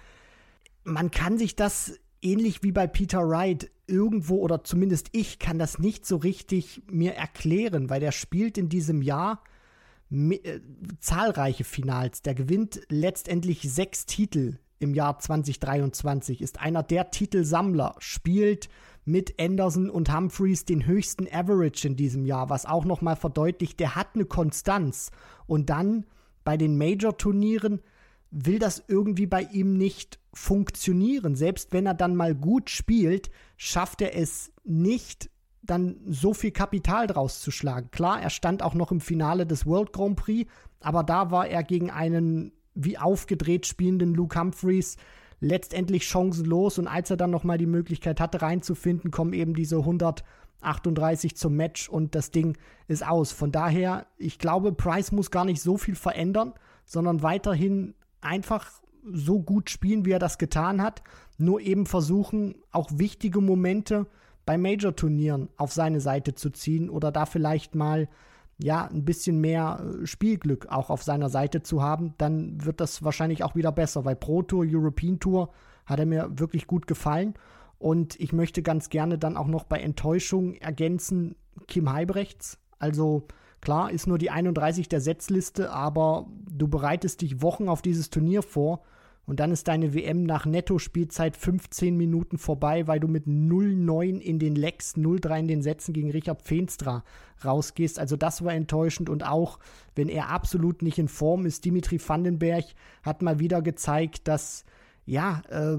man kann sich das ähnlich wie bei Peter Wright irgendwo, oder zumindest ich kann das nicht so richtig mir erklären, weil der spielt in diesem Jahr mit, äh, zahlreiche Finals. Der gewinnt letztendlich sechs Titel im Jahr zwanzig dreiundzwanzig, ist einer der Titelsammler, spielt mit Anderson und Humphreys den höchsten Average in diesem Jahr, was auch nochmal verdeutlicht, der hat eine Konstanz. Und dann bei den Major-Turnieren will das irgendwie bei ihm nicht funktionieren. Selbst wenn er dann mal gut spielt, schafft er es nicht, dann so viel Kapital draus zu schlagen. Klar, er stand auch noch im Finale des World Grand Prix, aber da war er gegen einen wie aufgedreht spielenden Luke Humphreys letztendlich chancenlos, und als er dann nochmal die Möglichkeit hatte reinzufinden, kommen eben diese hundertachtunddreißig zum Match und das Ding ist aus. Von daher, ich glaube, Price muss gar nicht so viel verändern, sondern weiterhin einfach so gut spielen, wie er das getan hat, nur eben versuchen, auch wichtige Momente bei Major-Turnieren auf seine Seite zu ziehen oder da vielleicht mal ja, ein bisschen mehr Spielglück auch auf seiner Seite zu haben, dann wird das wahrscheinlich auch wieder besser, weil Pro Tour, European Tour hat er mir wirklich gut gefallen, und ich möchte ganz gerne dann auch noch bei Enttäuschung ergänzen Kim Huybrechts. Also klar, ist nur die einunddreißig der Setzliste, aber du bereitest dich Wochen auf dieses Turnier vor und dann ist deine W M nach Netto-Spielzeit fünfzehn Minuten vorbei, weil du mit null neun in den Legs, null drei in den Sätzen gegen Richard Feenstra rausgehst. Also das war enttäuschend, und auch wenn er absolut nicht in Form ist, Dimitri Van den Berg hat mal wieder gezeigt, dass ja, äh,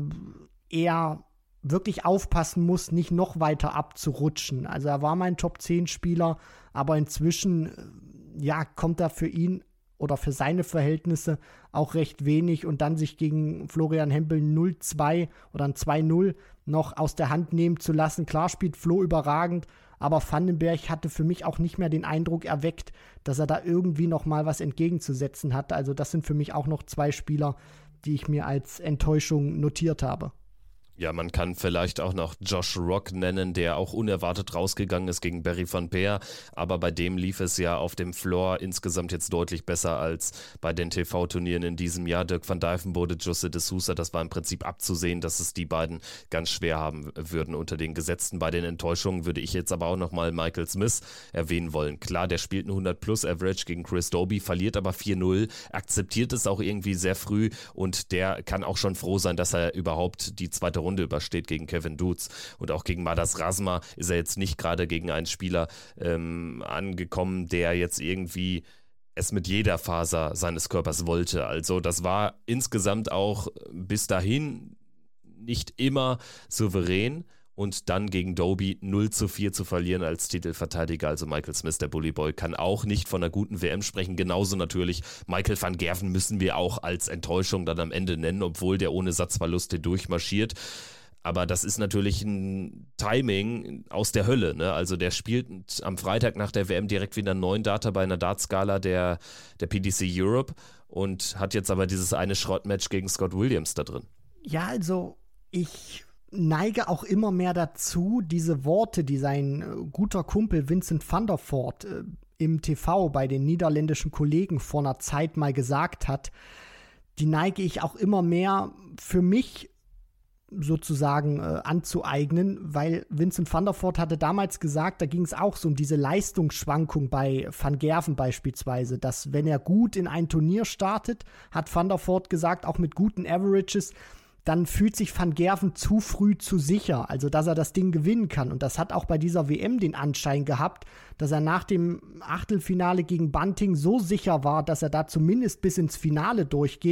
er wirklich aufpassen muss, nicht noch weiter abzurutschen. Also er war mein Top zehn Spieler, aber inzwischen ja, kommt er für ihn oder für seine Verhältnisse auch recht wenig, und dann sich gegen Florian Hempel null zwei oder ein zwei null noch aus der Hand nehmen zu lassen. Klar spielt Flo überragend, aber Van den Berg hatte für mich auch nicht mehr den Eindruck erweckt, dass er da irgendwie noch mal was entgegenzusetzen hatte. Also das sind für mich auch noch zwei Spieler, die ich mir als Enttäuschung notiert habe. Ja, man kann vielleicht auch noch Josh Rock nennen, der auch unerwartet rausgegangen ist gegen Barry van Peer, aber bei dem lief es ja auf dem Floor insgesamt jetzt deutlich besser als bei den T V-Turnieren in diesem Jahr. Dirk van Dijvenbode, José de Sousa, das war im Prinzip abzusehen, dass es die beiden ganz schwer haben würden unter den Gesetzten. Bei den Enttäuschungen würde ich jetzt aber auch nochmal Michael Smith erwähnen wollen. Klar, der spielt einen hundert plus Average gegen Chris Dobey, verliert aber vier null, akzeptiert es auch irgendwie sehr früh, und der kann auch schon froh sein, dass er überhaupt die zweite Runde übersteht gegen Kevin Dutz. Und auch gegen Madas Razma ist er jetzt nicht gerade gegen einen Spieler ähm, angekommen, der jetzt irgendwie es mit jeder Faser seines Körpers wollte. Also das war insgesamt auch bis dahin nicht immer souverän. Und dann gegen Dobey null zu vier zu verlieren als Titelverteidiger, also Michael Smith, der Bully Boy, kann auch nicht von einer guten W M sprechen. Genauso natürlich Michael van Gerven müssen wir auch als Enttäuschung dann am Ende nennen, obwohl der ohne Satzverluste durchmarschiert. Aber das ist natürlich ein Timing aus der Hölle, ne? Also der spielt am Freitag nach der W M direkt wieder einen neuen Data bei einer Dartskala der, der P D C Europe und hat jetzt aber dieses eine Schrottmatch gegen Scott Williams da drin. Ja, also ich neige auch immer mehr dazu, diese Worte, die sein äh, guter Kumpel Vincent van der Voort äh, im T V bei den niederländischen Kollegen vor einer Zeit mal gesagt hat, die neige ich auch immer mehr für mich sozusagen äh, anzueignen, weil Vincent van der Voort hatte damals gesagt, da ging es auch so um diese Leistungsschwankung bei Van Gerven beispielsweise, dass wenn er gut in ein Turnier startet, hat Van der Voort gesagt, auch mit guten Averages, dann fühlt sich Van Gerven zu früh zu sicher, also dass er das Ding gewinnen kann. Und das hat auch bei dieser W M den Anschein gehabt, dass er nach dem Achtelfinale gegen Bunting so sicher war, dass er da zumindest bis ins Finale durchgeht.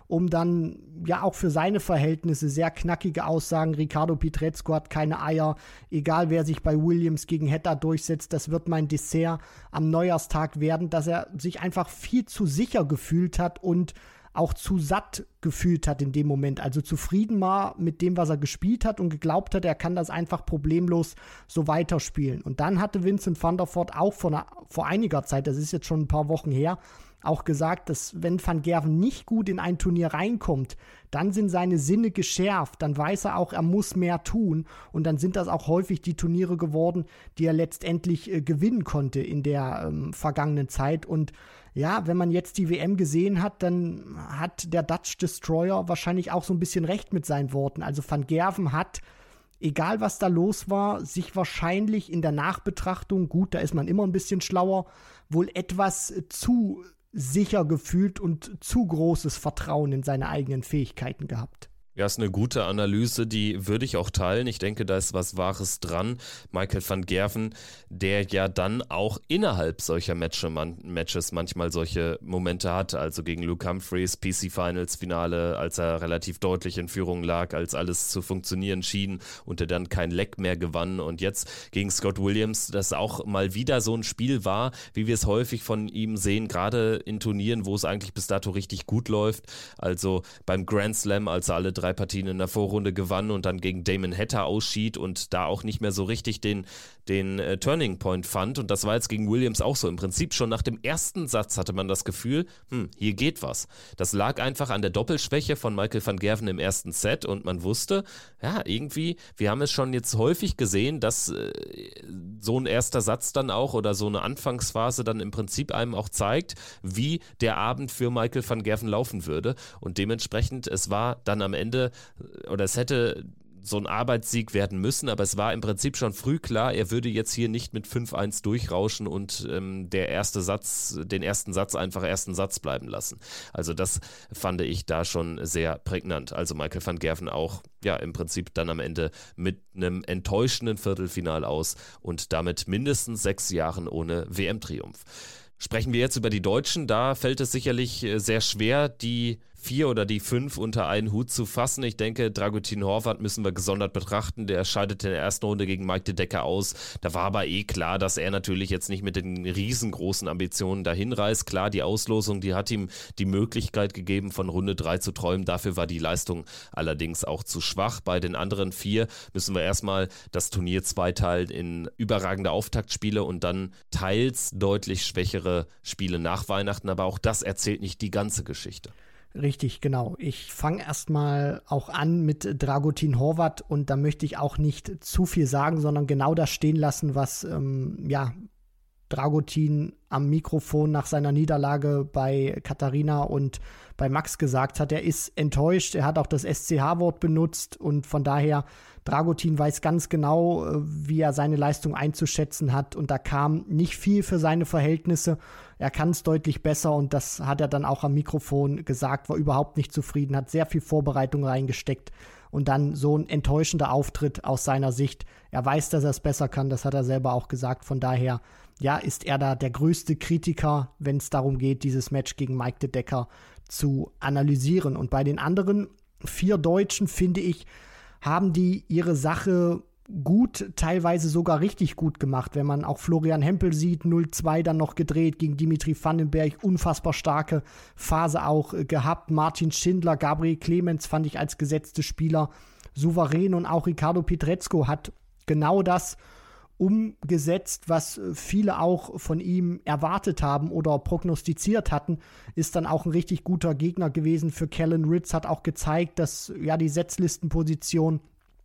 um dann ja auch für seine Verhältnisse sehr knackige Aussagen, Riccardo Pietrezco hat keine Eier, egal wer sich bei Williams gegen Hetta durchsetzt, das wird mein Dessert am Neujahrstag werden, dass er sich einfach viel zu sicher gefühlt hat und auch zu satt gefühlt hat in dem Moment, also zufrieden war mit dem, was er gespielt hat und geglaubt hat, er kann das einfach problemlos so weiterspielen. Und dann hatte Vincent van der Voort auch vor, einer, vor einiger Zeit, das ist jetzt schon ein paar Wochen her, auch gesagt, dass wenn Van Gerwen nicht gut in ein Turnier reinkommt, dann sind seine Sinne geschärft, dann weiß er auch, er muss mehr tun und dann sind das auch häufig die Turniere geworden, die er letztendlich äh, gewinnen konnte in der ähm, vergangenen Zeit. Und ja, wenn man jetzt die W M gesehen hat, dann hat der Dutch Destroyer wahrscheinlich auch so ein bisschen recht mit seinen Worten. Also Van Gerwen hat, egal was da los war, sich wahrscheinlich in der Nachbetrachtung, gut, da ist man immer ein bisschen schlauer, wohl etwas zu sicher gefühlt und zu großes Vertrauen in seine eigenen Fähigkeiten gehabt. Ja, ist eine gute Analyse, die würde ich auch teilen. Ich denke, da ist was Wahres dran. Michael van Gerwen, der ja dann auch innerhalb solcher Matche, man, Matches manchmal solche Momente hat, also gegen Luke Humphreys, P C Finals Finale, als er relativ deutlich in Führung lag, als alles zu funktionieren schien und er dann kein Leck mehr gewann. Und jetzt gegen Scott Williams, das auch mal wieder so ein Spiel war, wie wir es häufig von ihm sehen, gerade in Turnieren, wo es eigentlich bis dato richtig gut läuft. Also beim Grand Slam, als er alle drei Partien in der Vorrunde gewann und dann gegen Damon Hetta ausschied und da auch nicht mehr so richtig den, den äh, Turning Point fand. Und das war jetzt gegen Williams auch so. Im Prinzip schon nach dem ersten Satz hatte man das Gefühl, hm, hier geht was. Das lag einfach an der Doppelschwäche von Michael van Gerwen im ersten Set und man wusste, ja, irgendwie, wir haben es schon jetzt häufig gesehen, dass äh, so ein erster Satz dann auch oder so eine Anfangsphase dann im Prinzip einem auch zeigt, wie der Abend für Michael van Gerwen laufen würde. Und dementsprechend, es war dann am Ende oder es hätte so ein Arbeitssieg werden müssen, aber es war im Prinzip schon früh klar, er würde jetzt hier nicht mit fünf eins durchrauschen und ähm, der erste Satz, den ersten Satz einfach ersten Satz bleiben lassen. Also das fand ich da schon sehr prägnant. Also Michael van Gerwen auch, ja, im Prinzip dann am Ende mit einem enttäuschenden Viertelfinal aus und damit mindestens sechs Jahren ohne W M-Triumph. Sprechen wir jetzt über die Deutschen, da fällt es sicherlich sehr schwer, die vier oder die fünf unter einen Hut zu fassen. Ich denke, Dragutin Horvat müssen wir gesondert betrachten. Der scheidete in der ersten Runde gegen Mike de Decker aus. Da war aber eh klar, dass er natürlich jetzt nicht mit den riesengroßen Ambitionen dahin reist. Klar, die Auslosung, die hat ihm die Möglichkeit gegeben, von Runde drei zu träumen. Dafür war die Leistung allerdings auch zu schwach. Bei den anderen vier müssen wir erstmal das Turnier zweiteilen in überragende Auftaktspiele und dann teils deutlich schwächere Spiele nach Weihnachten. Aber auch das erzählt nicht die ganze Geschichte. Richtig, genau. Ich fange erstmal auch an mit Dragutin Horvat und da möchte ich auch nicht zu viel sagen, sondern genau das stehen lassen, was ähm, ja, Dragutin am Mikrofon nach seiner Niederlage bei Katharina und bei Max gesagt hat. Er ist enttäuscht, er hat auch das S C H-Wort benutzt und von daher, Dragutin weiß ganz genau, wie er seine Leistung einzuschätzen hat und da kam nicht viel für seine Verhältnisse. Er kann es deutlich besser und das hat er dann auch am Mikrofon gesagt, war überhaupt nicht zufrieden, hat sehr viel Vorbereitung reingesteckt und dann so ein enttäuschender Auftritt aus seiner Sicht. Er weiß, dass er es besser kann, das hat er selber auch gesagt, von daher ja, ist er da der größte Kritiker, wenn es darum geht, dieses Match gegen Mike de Decker zu analysieren. Und bei den anderen vier Deutschen, finde ich, haben die ihre Sache gut, teilweise sogar richtig gut gemacht. Wenn man auch Florian Hempel sieht, null zwei dann noch gedreht gegen Dimitri Vandenberg, unfassbar starke Phase auch gehabt. Martin Schindler, Gabriel Clemens fand ich als gesetzte Spieler souverän und auch Riccardo Pietrezco hat genau das umgesetzt, was viele auch von ihm erwartet haben oder prognostiziert hatten, ist dann auch ein richtig guter Gegner gewesen für Kellen Ritz, hat auch gezeigt, dass ja die Setzlistenposition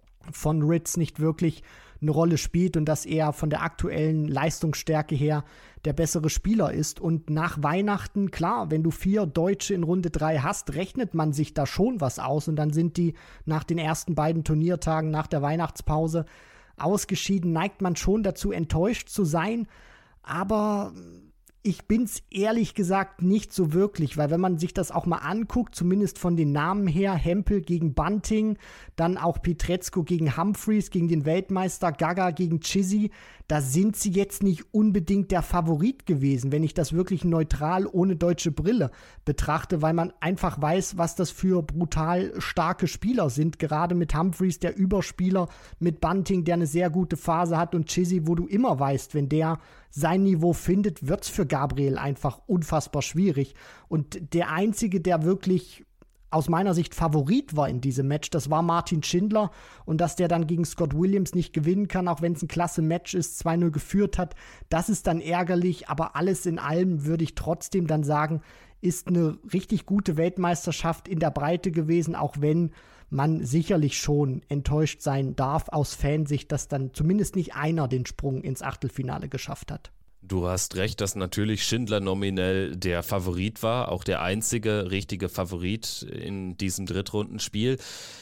von Ritz nicht wirklich eine Rolle spielt und dass er von der aktuellen Leistungsstärke her der bessere Spieler ist. Und nach Weihnachten, klar, wenn du vier Deutsche in Runde drei hast, rechnet man sich da schon was aus und dann sind die nach den ersten beiden Turniertagen, nach der Weihnachtspause ausgeschieden, neigt man schon dazu, enttäuscht zu sein, aber Ich bin's ehrlich gesagt nicht so wirklich, weil wenn man sich das auch mal anguckt, zumindest von den Namen her, Hempel gegen Bunting, dann auch Pietrezco gegen Humphreys, gegen den Weltmeister, Gaga gegen Chizzy, da sind sie jetzt nicht unbedingt der Favorit gewesen, wenn ich das wirklich neutral ohne deutsche Brille betrachte, weil man einfach weiß, was das für brutal starke Spieler sind, gerade mit Humphreys, der Überspieler, mit Bunting, der eine sehr gute Phase hat und Chizzy, wo du immer weißt, wenn der sein Niveau findet, wird's für Gabriel einfach unfassbar schwierig. Und der Einzige, der wirklich aus meiner Sicht Favorit war in diesem Match, das war Martin Schindler. Und dass der dann gegen Scott Williams nicht gewinnen kann, auch wenn es ein klasse Match ist, zwei null geführt hat, das ist dann ärgerlich. Aber alles in allem würde ich trotzdem dann sagen, ist eine richtig gute Weltmeisterschaft in der Breite gewesen, auch wenn man sicherlich schon enttäuscht sein darf aus Fansicht, dass dann zumindest nicht einer den Sprung ins Achtelfinale geschafft hat. Du hast recht, dass natürlich Schindler nominell der Favorit war, auch der einzige richtige Favorit in diesem Drittrundenspiel.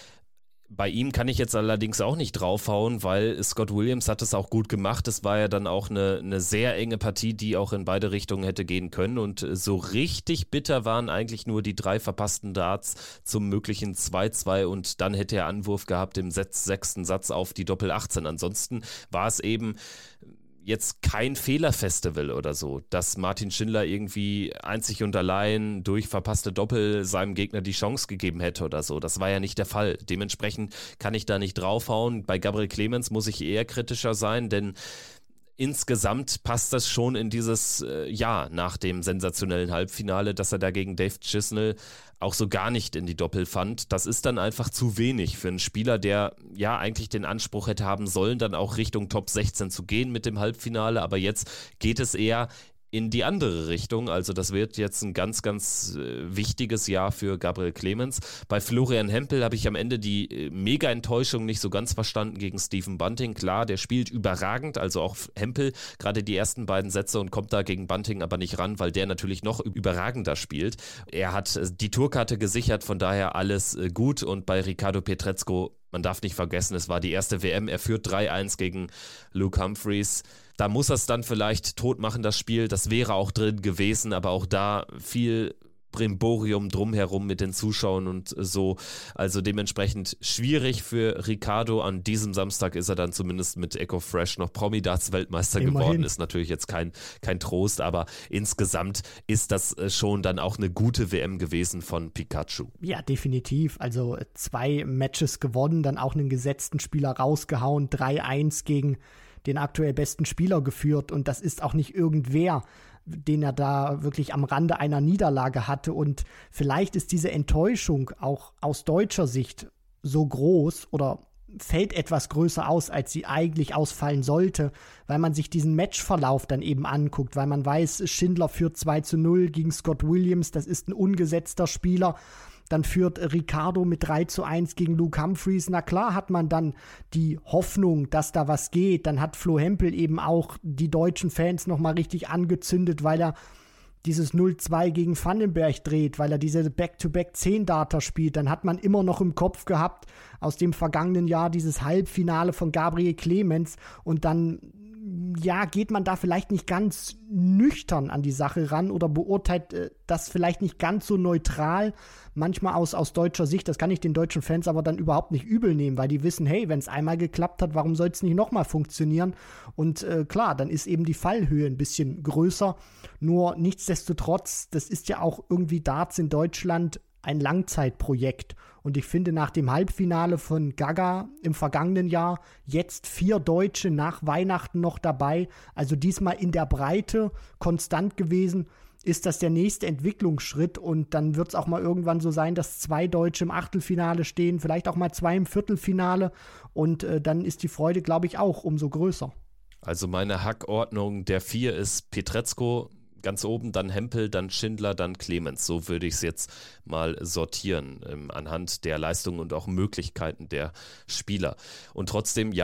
Bei ihm kann ich jetzt allerdings auch nicht draufhauen, weil Scott Williams hat es auch gut gemacht. Es war ja dann auch eine, eine sehr enge Partie, die auch in beide Richtungen hätte gehen können. Und so richtig bitter waren eigentlich nur die drei verpassten Darts zum möglichen zwei zwei. Und dann hätte er Anwurf gehabt im sechsten Satz auf die Doppel achtzehn. Ansonsten war es eben jetzt kein Fehlerfestival oder so, dass Martin Schindler irgendwie einzig und allein durch verpasste Doppel seinem Gegner die Chance gegeben hätte oder so. Das war ja nicht der Fall. Dementsprechend kann ich da nicht draufhauen. Bei Gabriel Clemens muss ich eher kritischer sein, denn insgesamt passt das schon in dieses äh, Jahr nach dem sensationellen Halbfinale, dass er da gegen Dave Chisnell auch so gar nicht in die Doppel fand. Das ist dann einfach zu wenig für einen Spieler, der ja eigentlich den Anspruch hätte haben sollen, dann auch Richtung Top sechzehn zu gehen mit dem Halbfinale. Aber jetzt geht es eher in die andere Richtung. Also das wird jetzt ein ganz, ganz äh, wichtiges Jahr für Gabriel Clemens. Bei Florian Hempel habe ich am Ende die äh, Mega-Enttäuschung nicht so ganz verstanden gegen Stephen Bunting. Klar, der spielt überragend, also auch Hempel, gerade die ersten beiden Sätze und kommt da gegen Bunting aber nicht ran, weil der natürlich noch überragender spielt. Er hat äh, die Tourkarte gesichert, von daher alles äh, gut. Und bei Ricardo Pietrezco, man darf nicht vergessen, es war die erste W M, er führt drei eins gegen Luke Humphreys. Da muss er es dann vielleicht tot machen, das Spiel. Das wäre auch drin gewesen, aber auch da viel Brimborium drumherum mit den Zuschauern und so. Also dementsprechend schwierig für Ricardo. An diesem Samstag ist er dann zumindest mit Echo Fresh noch Promi-Darts-Weltmeister geworden. Ist natürlich jetzt kein, kein Trost, aber insgesamt ist das schon dann auch eine gute W M gewesen von Pikachu. Ja, definitiv. Also zwei Matches gewonnen, dann auch einen gesetzten Spieler rausgehauen, drei eins gegen den aktuell besten Spieler geführt und das ist auch nicht irgendwer, den er da wirklich am Rande einer Niederlage hatte und vielleicht ist diese Enttäuschung auch aus deutscher Sicht so groß oder fällt etwas größer aus, als sie eigentlich ausfallen sollte, weil man sich diesen Matchverlauf dann eben anguckt, weil man weiß, Schindler führt zwei zu null gegen Scott Williams, das ist ein ungesetzter Spieler. Dann führt Ricardo mit drei zu eins gegen Luke Humphreys. Na klar hat man dann die Hoffnung, dass da was geht. Dann hat Flo Hempel eben auch die deutschen Fans nochmal richtig angezündet, weil er dieses null zwei gegen Vandenberg dreht, weil er diese Back-to-Back-zehn-Darter spielt. Dann hat man immer noch im Kopf gehabt, aus dem vergangenen Jahr dieses Halbfinale von Gabriel Clemens. Und dann ja, geht man da vielleicht nicht ganz nüchtern an die Sache ran oder beurteilt äh, das vielleicht nicht ganz so neutral, manchmal aus, aus deutscher Sicht. Das kann ich den deutschen Fans aber dann überhaupt nicht übel nehmen, weil die wissen, hey, wenn es einmal geklappt hat, warum soll es nicht nochmal funktionieren? Und äh, klar, dann ist eben die Fallhöhe ein bisschen größer. Nur nichtsdestotrotz, das ist ja auch irgendwie Darts in Deutschland ein Langzeitprojekt. Und ich finde, nach dem Halbfinale von Gaga im vergangenen Jahr jetzt vier Deutsche nach Weihnachten noch dabei, also diesmal in der Breite konstant gewesen, ist das der nächste Entwicklungsschritt und dann wird es auch mal irgendwann so sein, dass zwei Deutsche im Achtelfinale stehen, vielleicht auch mal zwei im Viertelfinale und äh, dann ist die Freude, glaube ich, auch umso größer. Also meine Hackordnung der vier ist Pietrezco ganz oben, dann Hempel, dann Schindler, dann Clemens. So würde ich es jetzt mal sortieren ähm, anhand der Leistungen und auch Möglichkeiten der Spieler. Und trotzdem, ja,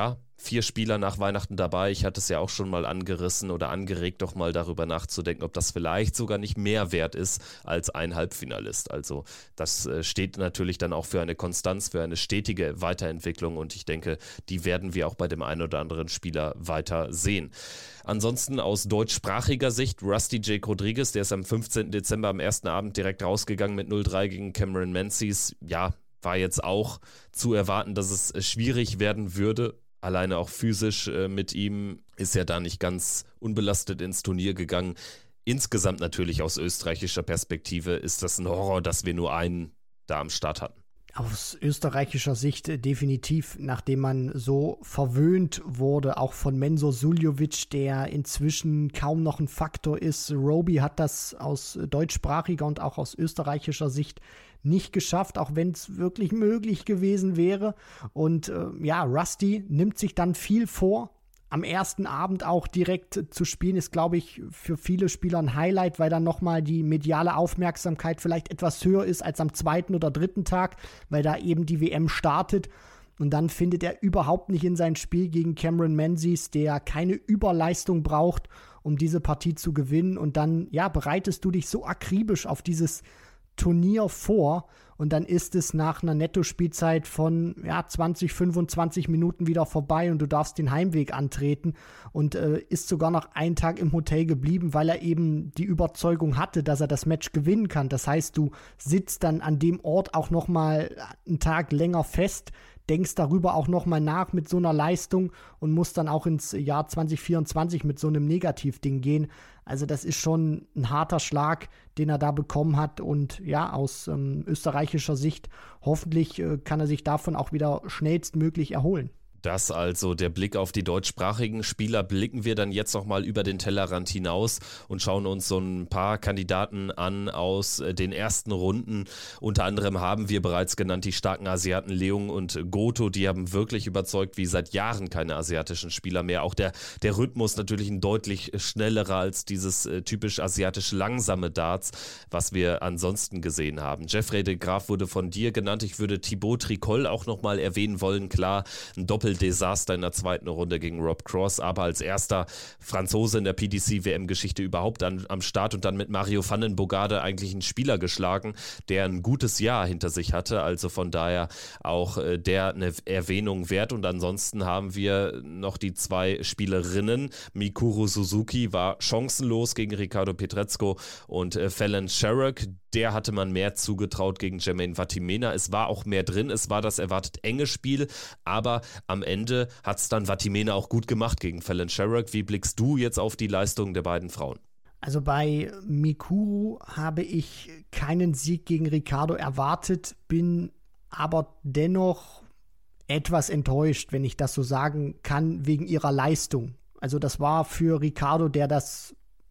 vier Spieler nach Weihnachten dabei. Ich hatte es ja auch schon mal angerissen oder angeregt, doch mal darüber nachzudenken, ob das vielleicht sogar nicht mehr wert ist als ein Halbfinalist. Also das steht natürlich dann auch für eine Konstanz, für eine stetige Weiterentwicklung und ich denke, die werden wir auch bei dem einen oder anderen Spieler weiter sehen. Ansonsten aus deutschsprachiger Sicht, Rusty Jake Rodriguez, der ist am fünfzehnten Dezember am ersten Abend direkt rausgegangen mit null drei gegen Cameron Menzies. Ja, war jetzt auch zu erwarten, dass es schwierig werden würde. Alleine auch physisch äh, mit ihm ist er da nicht ganz unbelastet ins Turnier gegangen. Insgesamt natürlich aus österreichischer Perspektive ist das ein Horror, dass wir nur einen da am Start hatten. Aus österreichischer Sicht definitiv, nachdem man so verwöhnt wurde, auch von Mensur Suljovic, der inzwischen kaum noch ein Faktor ist. Roby hat das aus deutschsprachiger und auch aus österreichischer Sicht nicht geschafft, auch wenn es wirklich möglich gewesen wäre. Und äh, ja, Rusty nimmt sich dann viel vor. Am ersten Abend auch direkt zu spielen, ist, glaube ich, für viele Spieler ein Highlight, weil dann nochmal die mediale Aufmerksamkeit vielleicht etwas höher ist als am zweiten oder dritten Tag, weil da eben die W M startet. Und dann findet er überhaupt nicht in sein Spiel gegen Cameron Menzies, der keine Überleistung braucht, um diese Partie zu gewinnen. Und dann, ja, bereitest du dich so akribisch auf dieses Turnier vor und dann ist es nach einer Netto-Spielzeit von ja, zwanzig, fünfundzwanzig Minuten wieder vorbei und du darfst den Heimweg antreten und äh, ist sogar noch einen Tag im Hotel geblieben, weil er eben die Überzeugung hatte, dass er das Match gewinnen kann. Das heißt, du sitzt dann an dem Ort auch nochmal einen Tag länger fest, denkst darüber auch nochmal nach mit so einer Leistung und musst dann auch ins Jahr zwanzig vierundzwanzig mit so einem Negativding gehen. Also das ist schon ein harter Schlag, den er da bekommen hat und ja, aus ähm, österreichischer Sicht hoffentlich äh, kann er sich davon auch wieder schnellstmöglich erholen. Das also der Blick auf die deutschsprachigen Spieler. Blicken wir dann jetzt nochmal über den Tellerrand hinaus und schauen uns so ein paar Kandidaten an aus den ersten Runden. Unter anderem haben wir bereits genannt die starken Asiaten Leung und Goto. Die haben wirklich überzeugt, wie seit Jahren keine asiatischen Spieler mehr. Auch der, der Rhythmus natürlich ein deutlich schnellerer als dieses äh, typisch asiatisch langsame Darts, was wir ansonsten gesehen haben. Jeffrey de Graaf wurde von dir genannt. Ich würde Thibaut Tricol auch nochmal erwähnen wollen. Klar, ein Doppel Desaster in der zweiten Runde gegen Rob Cross, aber als erster Franzose in der P D C-W M-Geschichte überhaupt an, am Start und dann mit Mario van den Bogarde eigentlich einen Spieler geschlagen, der ein gutes Jahr hinter sich hatte, also von daher auch äh, der eine Erwähnung wert und ansonsten haben wir noch die zwei Spielerinnen. Mikuru Suzuki war chancenlos gegen Ricardo Pietrezco und äh, Fallon Sherrock, der hatte man mehr zugetraut gegen Jermaine Vatimena. Es war auch mehr drin, es war das erwartet enge Spiel, aber am Ende hat es dann Vatimena auch gut gemacht gegen Fallon Sherrock. Wie blickst du jetzt auf die Leistungen der beiden Frauen? Also bei Mikuru habe ich keinen Sieg gegen Ricardo erwartet, bin aber dennoch etwas enttäuscht, wenn ich das so sagen kann, wegen ihrer Leistung. Also das war für Ricardo, der das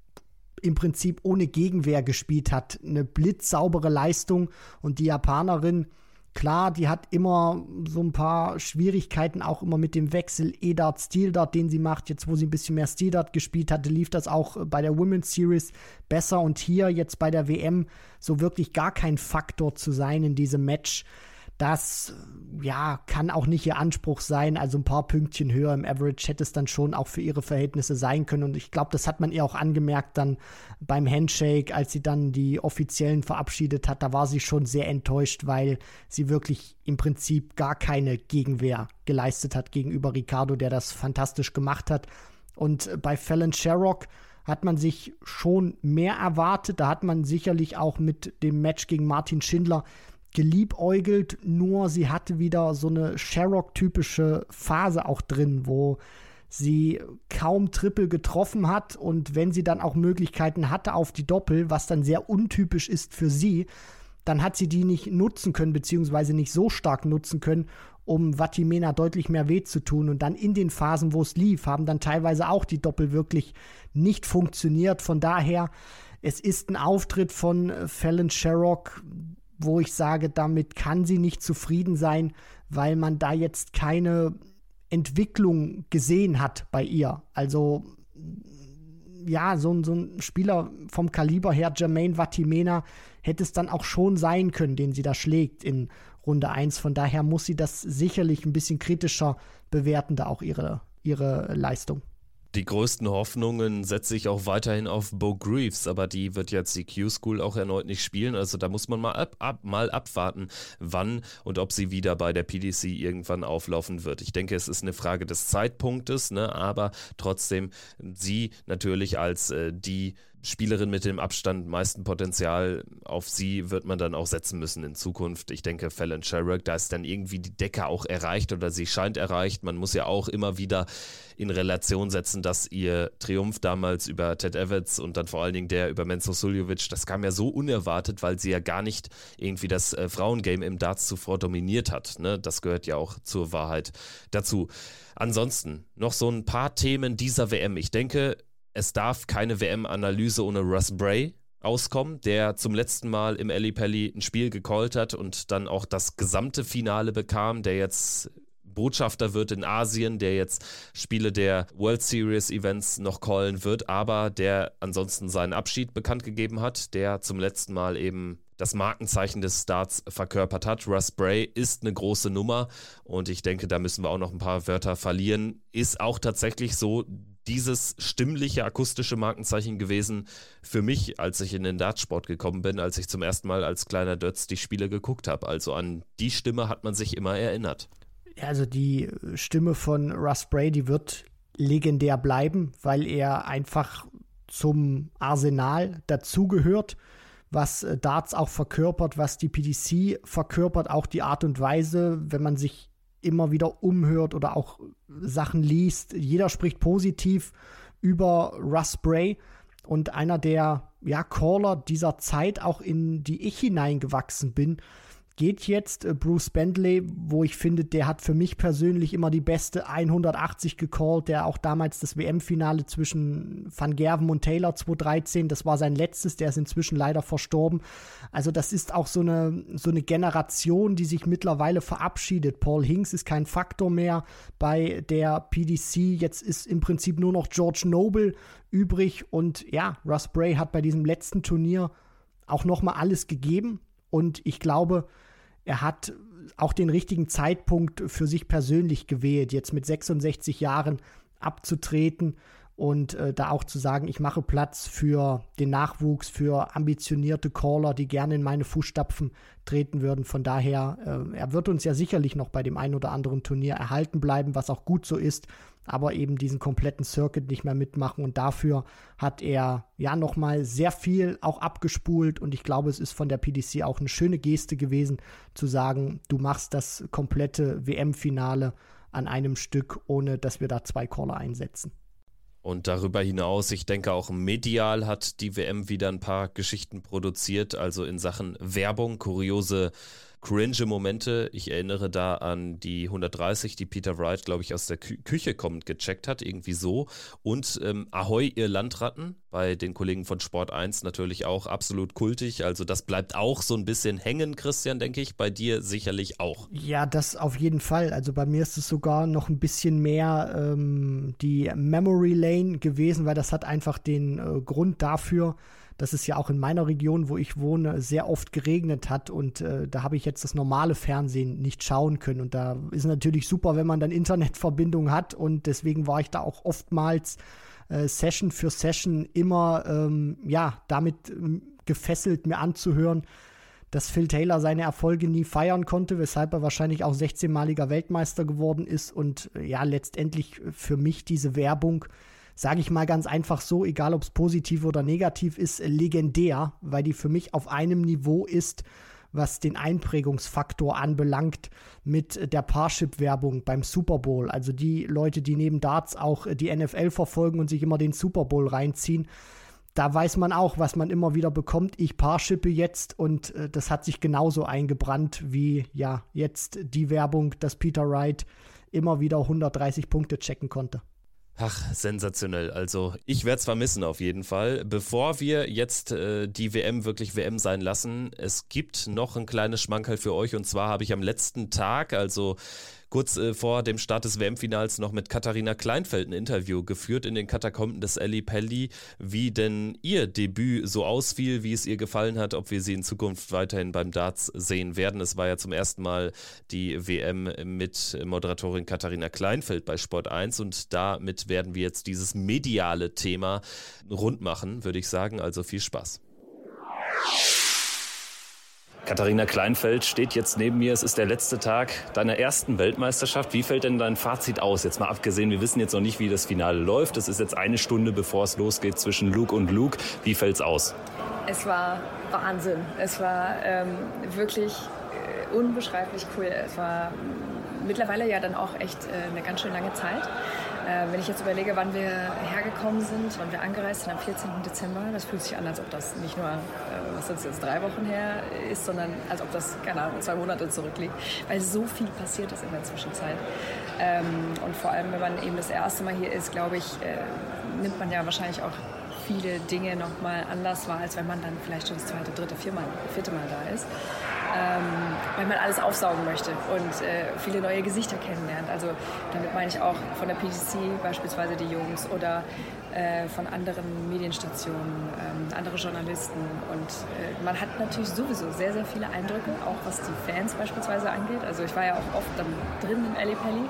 im Prinzip ohne Gegenwehr gespielt hat, eine blitzsaubere Leistung und die Japanerin, klar, die hat immer so ein paar Schwierigkeiten, auch immer mit dem Wechsel E-Dart, Steel-Dart, den sie macht. Jetzt, wo sie ein bisschen mehr Steel-Dart gespielt hatte, lief das auch bei der Women's Series besser und hier jetzt bei der W M so wirklich gar kein Faktor zu sein in diesem Match. Das, ja, kann auch nicht ihr Anspruch sein. Also ein paar Pünktchen höher im Average hätte es dann schon auch für ihre Verhältnisse sein können. Und ich glaube, das hat man ihr auch angemerkt dann beim Handshake, als sie dann die Offiziellen verabschiedet hat. Da war sie schon sehr enttäuscht, weil sie wirklich im Prinzip gar keine Gegenwehr geleistet hat gegenüber Ricardo, der das fantastisch gemacht hat. Und bei Fallon Sherrock hat man sich schon mehr erwartet. Da hat man sicherlich auch mit dem Match gegen Martin Schindler geliebäugelt, nur sie hatte wieder so eine Sherrock-typische Phase auch drin, wo sie kaum Triple getroffen hat und wenn sie dann auch Möglichkeiten hatte auf die Doppel, was dann sehr untypisch ist für sie, dann hat sie die nicht nutzen können, beziehungsweise nicht so stark nutzen können, um Vatimena deutlich mehr weh zu tun. Und dann in den Phasen, wo es lief, haben dann teilweise auch die Doppel wirklich nicht funktioniert. Von daher, es ist ein Auftritt von Fallon Sherrock, wo ich sage, damit kann sie nicht zufrieden sein, weil man da jetzt keine Entwicklung gesehen hat bei ihr. Also ja, so, so ein Spieler vom Kaliber her, Jermaine Vatimena, hätte es dann auch schon sein können, den sie da schlägt in Runde eins. Von daher muss sie das sicherlich ein bisschen kritischer bewerten, da auch ihre, ihre Leistung. Die größten Hoffnungen setze ich auch weiterhin auf Bo Greaves, aber die wird jetzt die Q-School auch erneut nicht spielen. Also da muss man mal, ab, ab, mal abwarten, wann und ob sie wieder bei der P D C irgendwann auflaufen wird. Ich denke, es ist eine Frage des Zeitpunktes, ne? Aber trotzdem sie natürlich als äh, die Spielerin mit dem Abstand meisten Potenzial, auf sie wird man dann auch setzen müssen in Zukunft. Ich denke, Fallon Sherrock, da ist dann irgendwie die Decke auch erreicht oder sie scheint erreicht. Man muss ja auch immer wieder in Relation setzen, dass ihr Triumph damals über Ted Evans und dann vor allen Dingen der über Menzo Suljovic, das kam ja so unerwartet, weil sie ja gar nicht irgendwie das äh, Frauengame im Darts zuvor dominiert hat. Ne? Das gehört ja auch zur Wahrheit dazu. Ansonsten noch so ein paar Themen dieser W M. Ich denke, es darf keine W M-Analyse ohne Russ Bray auskommen, der zum letzten Mal im Ally Pally ein Spiel gecallt hat und dann auch das gesamte Finale bekam, der jetzt Botschafter wird in Asien, der jetzt Spiele der World Series Events noch callen wird, aber der ansonsten seinen Abschied bekannt gegeben hat, der zum letzten Mal eben das Markenzeichen des Darts verkörpert hat. Russ Bray ist eine große Nummer und ich denke, da müssen wir auch noch ein paar Wörter verlieren. Ist auch tatsächlich so dieses stimmliche, akustische Markenzeichen gewesen für mich, als ich in den Dartsport gekommen bin, als ich zum ersten Mal als kleiner Dötz die Spiele geguckt habe. Also an die Stimme hat man sich immer erinnert. Ja, also die Stimme von Russ Bray, die wird legendär bleiben, weil er einfach zum Arsenal dazugehört, was Darts auch verkörpert, was die P D C verkörpert, auch die Art und Weise, wenn man sich immer wieder umhört oder auch Sachen liest. Jeder spricht positiv über Russ Bray und einer der ja, Caller dieser Zeit, auch in die ich hineingewachsen bin, geht jetzt äh, Bruce Bentley, wo ich finde, der hat für mich persönlich immer die beste hundertachtzig gecallt, der auch damals das W M-Finale zwischen Van Gerwen und Taylor zweitausenddreizehn, das war sein letztes, der ist inzwischen leider verstorben. Also das ist auch so eine, so eine Generation, die sich mittlerweile verabschiedet. Paul Hinks ist kein Faktor mehr bei der P D C, jetzt ist im Prinzip nur noch George Noble übrig und ja, Russ Bray hat bei diesem letzten Turnier auch nochmal alles gegeben und ich glaube, er hat auch den richtigen Zeitpunkt für sich persönlich gewählt, jetzt mit sechsundsechzig Jahren abzutreten und äh, da auch zu sagen, ich mache Platz für den Nachwuchs, für ambitionierte Caller, die gerne in meine Fußstapfen treten würden. Von daher, äh, er wird uns ja sicherlich noch bei dem einen oder anderen Turnier erhalten bleiben, was auch gut so ist, aber eben diesen kompletten Circuit nicht mehr mitmachen und dafür hat er ja nochmal sehr viel auch abgespult und ich glaube, es ist von der P D C auch eine schöne Geste gewesen, zu sagen, du machst das komplette W M-Finale an einem Stück, ohne dass wir da zwei Caller einsetzen. Und darüber hinaus, ich denke auch medial hat die W M wieder ein paar Geschichten produziert, also in Sachen Werbung, kuriose, cringe Momente. Ich erinnere da an die hundertdreißig, die Peter Wright, glaube ich, aus der Kü- Küche kommend gecheckt hat, irgendwie so. Und ähm, Ahoi, ihr Landratten, bei den Kollegen von Sport eins natürlich auch absolut kultig. Also das bleibt auch so ein bisschen hängen, Christian, denke ich. Bei dir sicherlich auch. Ja, das auf jeden Fall. Also bei mir ist es sogar noch ein bisschen mehr ähm, die Memory Lane gewesen, weil das hat einfach den äh, Grund dafür, dass es ja auch in meiner Region, wo ich wohne, sehr oft geregnet hat und äh, da habe ich jetzt das normale Fernsehen nicht schauen können und da ist natürlich super, wenn man dann Internetverbindung hat und deswegen war ich da auch oftmals äh, Session für Session immer ähm, ja damit ähm, gefesselt, mir anzuhören, dass Phil Taylor seine Erfolge nie feiern konnte, weshalb er wahrscheinlich auch sechzehnmaliger Weltmeister geworden ist und äh, ja letztendlich für mich diese Werbung, sage ich mal ganz einfach so, egal ob es positiv oder negativ ist, legendär, weil die für mich auf einem Niveau ist, was den Einprägungsfaktor anbelangt mit der Parship-Werbung beim Super Bowl. Also die Leute, die neben Darts auch die N F L verfolgen und sich immer den Super Bowl reinziehen, da weiß man auch, was man immer wieder bekommt. Ich Parshippe jetzt und äh, das hat sich genauso eingebrannt wie ja jetzt die Werbung, dass Peter Wright immer wieder hundertdreißig Punkte checken konnte. Ach, sensationell. Also ich werde es vermissen auf jeden Fall. Bevor wir jetzt äh, die W M wirklich W M sein lassen, es gibt noch ein kleines Schmankerl für euch und zwar habe ich am letzten Tag, also kurz äh, vor dem Start des W M-Finals noch mit Katharina Kleinfeld ein Interview geführt in den Katakomben des Ally Pally, wie denn ihr Debüt so ausfiel, wie es ihr gefallen hat, ob wir sie in Zukunft weiterhin beim Darts sehen werden. Es war ja zum ersten Mal die W M mit Moderatorin Katharina Kleinfeld bei Sport eins und damit werden wir jetzt dieses mediale Thema rund machen, würde ich sagen. Also viel Spaß. Katharina Kleinfeld steht jetzt neben mir. Es ist der letzte Tag deiner ersten Weltmeisterschaft. Wie fällt denn dein Fazit aus? Jetzt mal abgesehen, wir wissen jetzt noch nicht, wie das Finale läuft. Es ist jetzt eine Stunde, bevor es losgeht zwischen Luke und Luke. Wie fällt's aus? Es war Wahnsinn. Es war ähm, wirklich äh, unbeschreiblich cool. Es war mittlerweile ja dann auch echt äh, eine ganz schön lange Zeit. Äh, wenn ich jetzt überlege, wann wir hergekommen sind, wann wir angereist sind, am vierzehnten Dezember, das fühlt sich an, als ob das nicht nur, äh, was sind jetzt, drei Wochen her ist, sondern als ob das, keine Ahnung, zwei Monate zurückliegt, weil so viel passiert ist in der Zwischenzeit. Ähm, und vor allem, wenn man eben das erste Mal hier ist, glaube ich, äh, nimmt man ja wahrscheinlich auch viele Dinge noch mal anders wahr, als wenn man dann vielleicht schon das zweite, dritte, viermal, vierte Mal da ist. Ähm, weil man alles aufsaugen möchte und äh, viele neue Gesichter kennenlernt. Also damit meine ich auch von der P D C beispielsweise die Jungs oder äh, von anderen Medienstationen, ähm, andere Journalisten. Und äh, man hat natürlich sowieso sehr, sehr viele Eindrücke, auch was die Fans beispielsweise angeht. Also ich war ja auch oft dann drin im Ally Pally.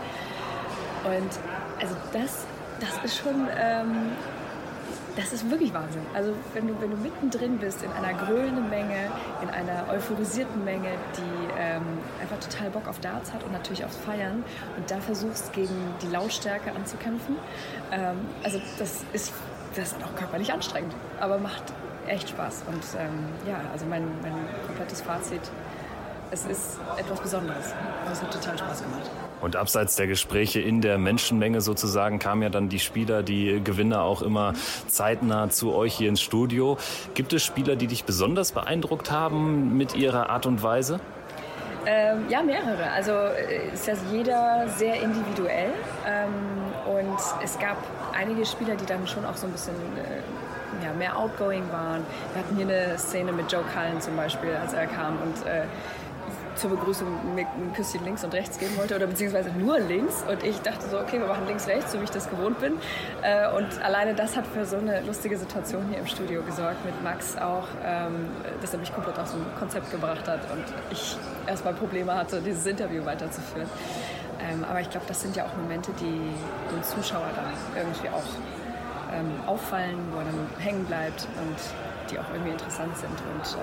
Und also das, das ist schon... Ähm, Das ist wirklich Wahnsinn. Also wenn du, wenn du mittendrin bist in einer grölenden Menge, in einer euphorisierten Menge, die ähm, einfach total Bock auf Darts hat und natürlich aufs Feiern und da versuchst, gegen die Lautstärke anzukämpfen. Ähm, also das ist, das ist auch körperlich anstrengend, aber macht echt Spaß. Und ähm, ja, also mein, mein komplettes Fazit, es ist etwas Besonderes. Es hat total Spaß gemacht. Und abseits der Gespräche in der Menschenmenge sozusagen kamen ja dann die Spieler, die Gewinner auch immer zeitnah zu euch hier ins Studio. Gibt es Spieler, die dich besonders beeindruckt haben mit ihrer Art und Weise? Ähm, ja, mehrere. Also ist ja jeder sehr individuell. Ähm, und es gab einige Spieler, die dann schon auch so ein bisschen äh, ja, mehr outgoing waren. Wir hatten hier eine Szene mit Joe Cullen zum Beispiel, als er kam und äh, zur Begrüßung mir ein Küsschen links und rechts geben wollte oder beziehungsweise nur links und ich dachte so, okay, wir machen links, rechts, so wie ich das gewohnt bin und alleine das hat für so eine lustige Situation hier im Studio gesorgt mit Max auch, dass er mich komplett aus dem Konzept gebracht hat und ich erstmal Probleme hatte, dieses Interview weiterzuführen. Aber ich glaube, das sind ja auch Momente, die dem Zuschauer dann irgendwie auch auffallen, wo er dann hängen bleibt und die auch irgendwie interessant sind und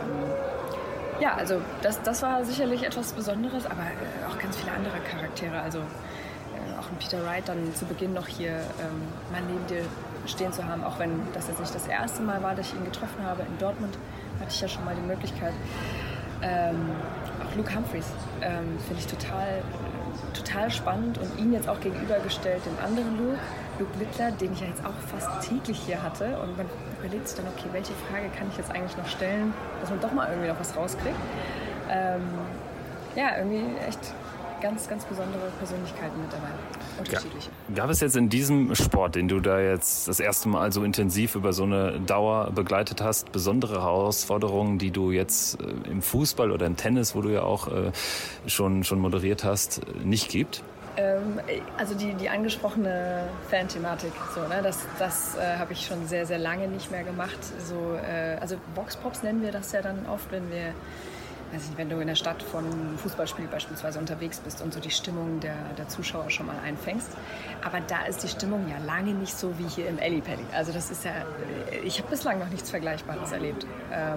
ja, also das, das war sicherlich etwas Besonderes, aber äh, auch ganz viele andere Charaktere. Also äh, auch ein Peter Wright dann zu Beginn noch hier ähm, mal neben dir stehen zu haben, auch wenn das jetzt nicht das erste Mal war, dass ich ihn getroffen habe. In Dortmund hatte ich ja schon mal die Möglichkeit. Ähm, auch Luke Humphries ähm, finde ich total, total spannend und ihn jetzt auch gegenübergestellt dem anderen Luke, Luke Littler, den ich ja jetzt auch fast täglich hier hatte. Und man überlegt sich dann, okay, welche Frage kann ich jetzt eigentlich noch stellen, dass man doch mal irgendwie noch was rauskriegt. Ähm, ja, irgendwie echt ganz, ganz besondere Persönlichkeiten mit dabei. Unterschiedliche. Gab es jetzt in diesem Sport, den du da jetzt das erste Mal so intensiv über so eine Dauer begleitet hast, besondere Herausforderungen, die du jetzt äh, im Fußball oder im Tennis, wo du ja auch äh, schon, schon moderiert hast, nicht gibt? Ähm, also die, die angesprochene Fan-Thematik, so, ne, das, das äh, habe ich schon sehr, sehr lange nicht mehr gemacht. So, äh, also Vox-Pops nennen wir das ja dann oft, wenn wir, weiß nicht, wenn du in der Stadt von einem Fußballspiel beispielsweise unterwegs bist und so die Stimmung der, der Zuschauer schon mal einfängst. Aber da ist die Stimmung ja lange nicht so wie hier im Ally Pally. Also das ist ja, ich habe bislang noch nichts Vergleichbares erlebt. Ähm,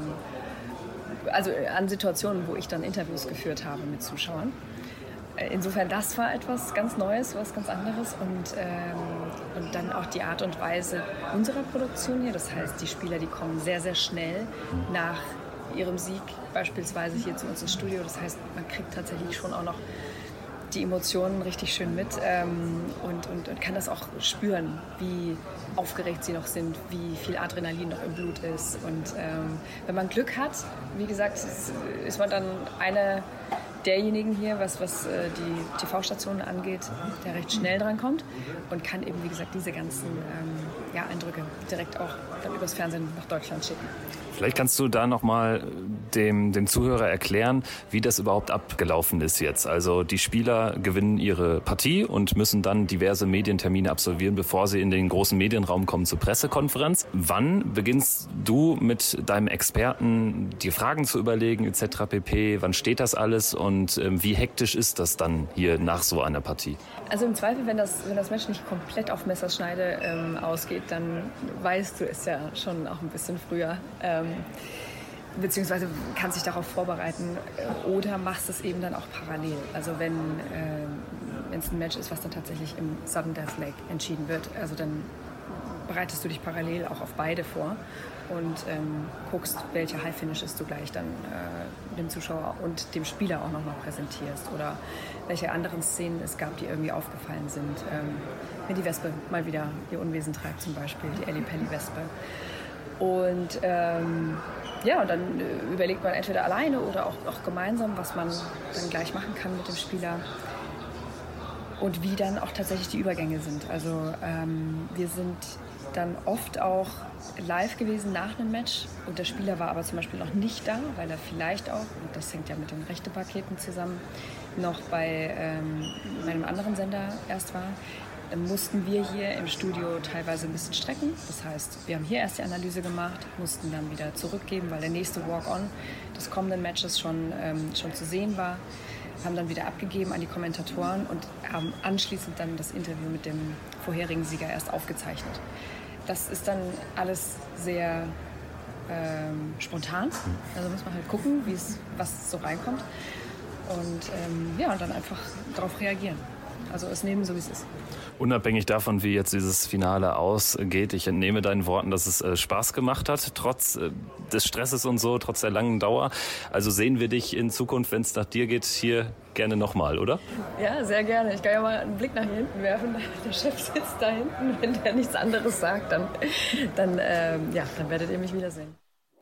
also an Situationen, wo ich dann Interviews geführt habe mit Zuschauern. Insofern, das war etwas ganz Neues, was ganz anderes und, ähm, und dann auch die Art und Weise unserer Produktion hier. Das heißt, die Spieler, die kommen sehr, sehr schnell nach ihrem Sieg beispielsweise hier zu uns ins Studio. Das heißt, man kriegt tatsächlich schon auch noch die Emotionen richtig schön mit ähm, und, und, und kann das auch spüren, wie aufgeregt sie noch sind, wie viel Adrenalin noch im Blut ist. Und ähm, wenn man Glück hat, wie gesagt, ist, ist man dann eine derjenigen hier, was, was äh, die T V-Stationen angeht, der recht schnell dran kommt und kann eben, wie gesagt, diese ganzen ähm, ja, Eindrücke direkt auch dann übers Fernsehen nach Deutschland schicken. Vielleicht kannst du da nochmal dem, dem Zuhörer erklären, wie das überhaupt abgelaufen ist jetzt. Also die Spieler gewinnen ihre Partie und müssen dann diverse Medientermine absolvieren, bevor sie in den großen Medienraum kommen zur Pressekonferenz. Wann beginnst du mit deinem Experten die Fragen zu überlegen et cetera pp? Wann steht das alles und ähm, wie hektisch ist das dann hier nach so einer Partie? Also im Zweifel, wenn das, wenn das Match nicht komplett auf Messerschneide ähm, ausgeht, dann weißt du es ja schon auch ein bisschen früher. Ähm, beziehungsweise kannst dich darauf vorbereiten äh, oder machst es eben dann auch parallel. Also wenn äh, es ein Match ist, was dann tatsächlich im Sudden Death Leg entschieden wird, also dann bereitest du dich parallel auch auf beide vor und ähm, guckst, welche High Finishes du gleich dann äh, dem Zuschauer und dem Spieler auch nochmal präsentierst oder welche anderen Szenen es gab, die irgendwie aufgefallen sind. Ähm, wenn die Wespe mal wieder ihr Unwesen treibt zum Beispiel, die Ellie Pelli Wespe. Und ähm, ja, und dann äh, überlegt man entweder alleine oder auch, auch gemeinsam, was man dann gleich machen kann mit dem Spieler. Und wie dann auch tatsächlich die Übergänge sind. Also ähm, wir sind dann oft auch live gewesen nach einem Match und der Spieler war aber zum Beispiel noch nicht da, weil er vielleicht auch, und das hängt ja mit den Rechtepaketen zusammen, noch bei ähm, meinem anderen Sender erst war. Dann mussten wir hier im Studio teilweise ein bisschen strecken. Das heißt, wir haben hier erst die Analyse gemacht, mussten dann wieder zurückgeben, weil der nächste Walk-on des kommenden Matches schon, ähm, schon zu sehen war. Haben dann wieder abgegeben an die Kommentatoren und haben anschließend dann das Interview mit dem vorherigen Sieger erst aufgezeichnet. Das ist dann alles sehr ähm, spontan. Also muss man halt gucken, wie es, was so reinkommt. Und ähm, ja, und dann einfach darauf reagieren. Also es nehmen, so wie es ist. Unabhängig davon, wie jetzt dieses Finale ausgeht, ich entnehme deinen Worten, dass es äh, Spaß gemacht hat, trotz äh, des Stresses und so, trotz der langen Dauer. Also sehen wir dich in Zukunft, wenn es nach dir geht, hier gerne nochmal, oder? Ja, sehr gerne. Ich kann ja mal einen Blick nach hier hinten werfen. Der Chef sitzt da hinten. Wenn der nichts anderes sagt, dann, dann, ähm, ja, dann werdet ihr mich wiedersehen.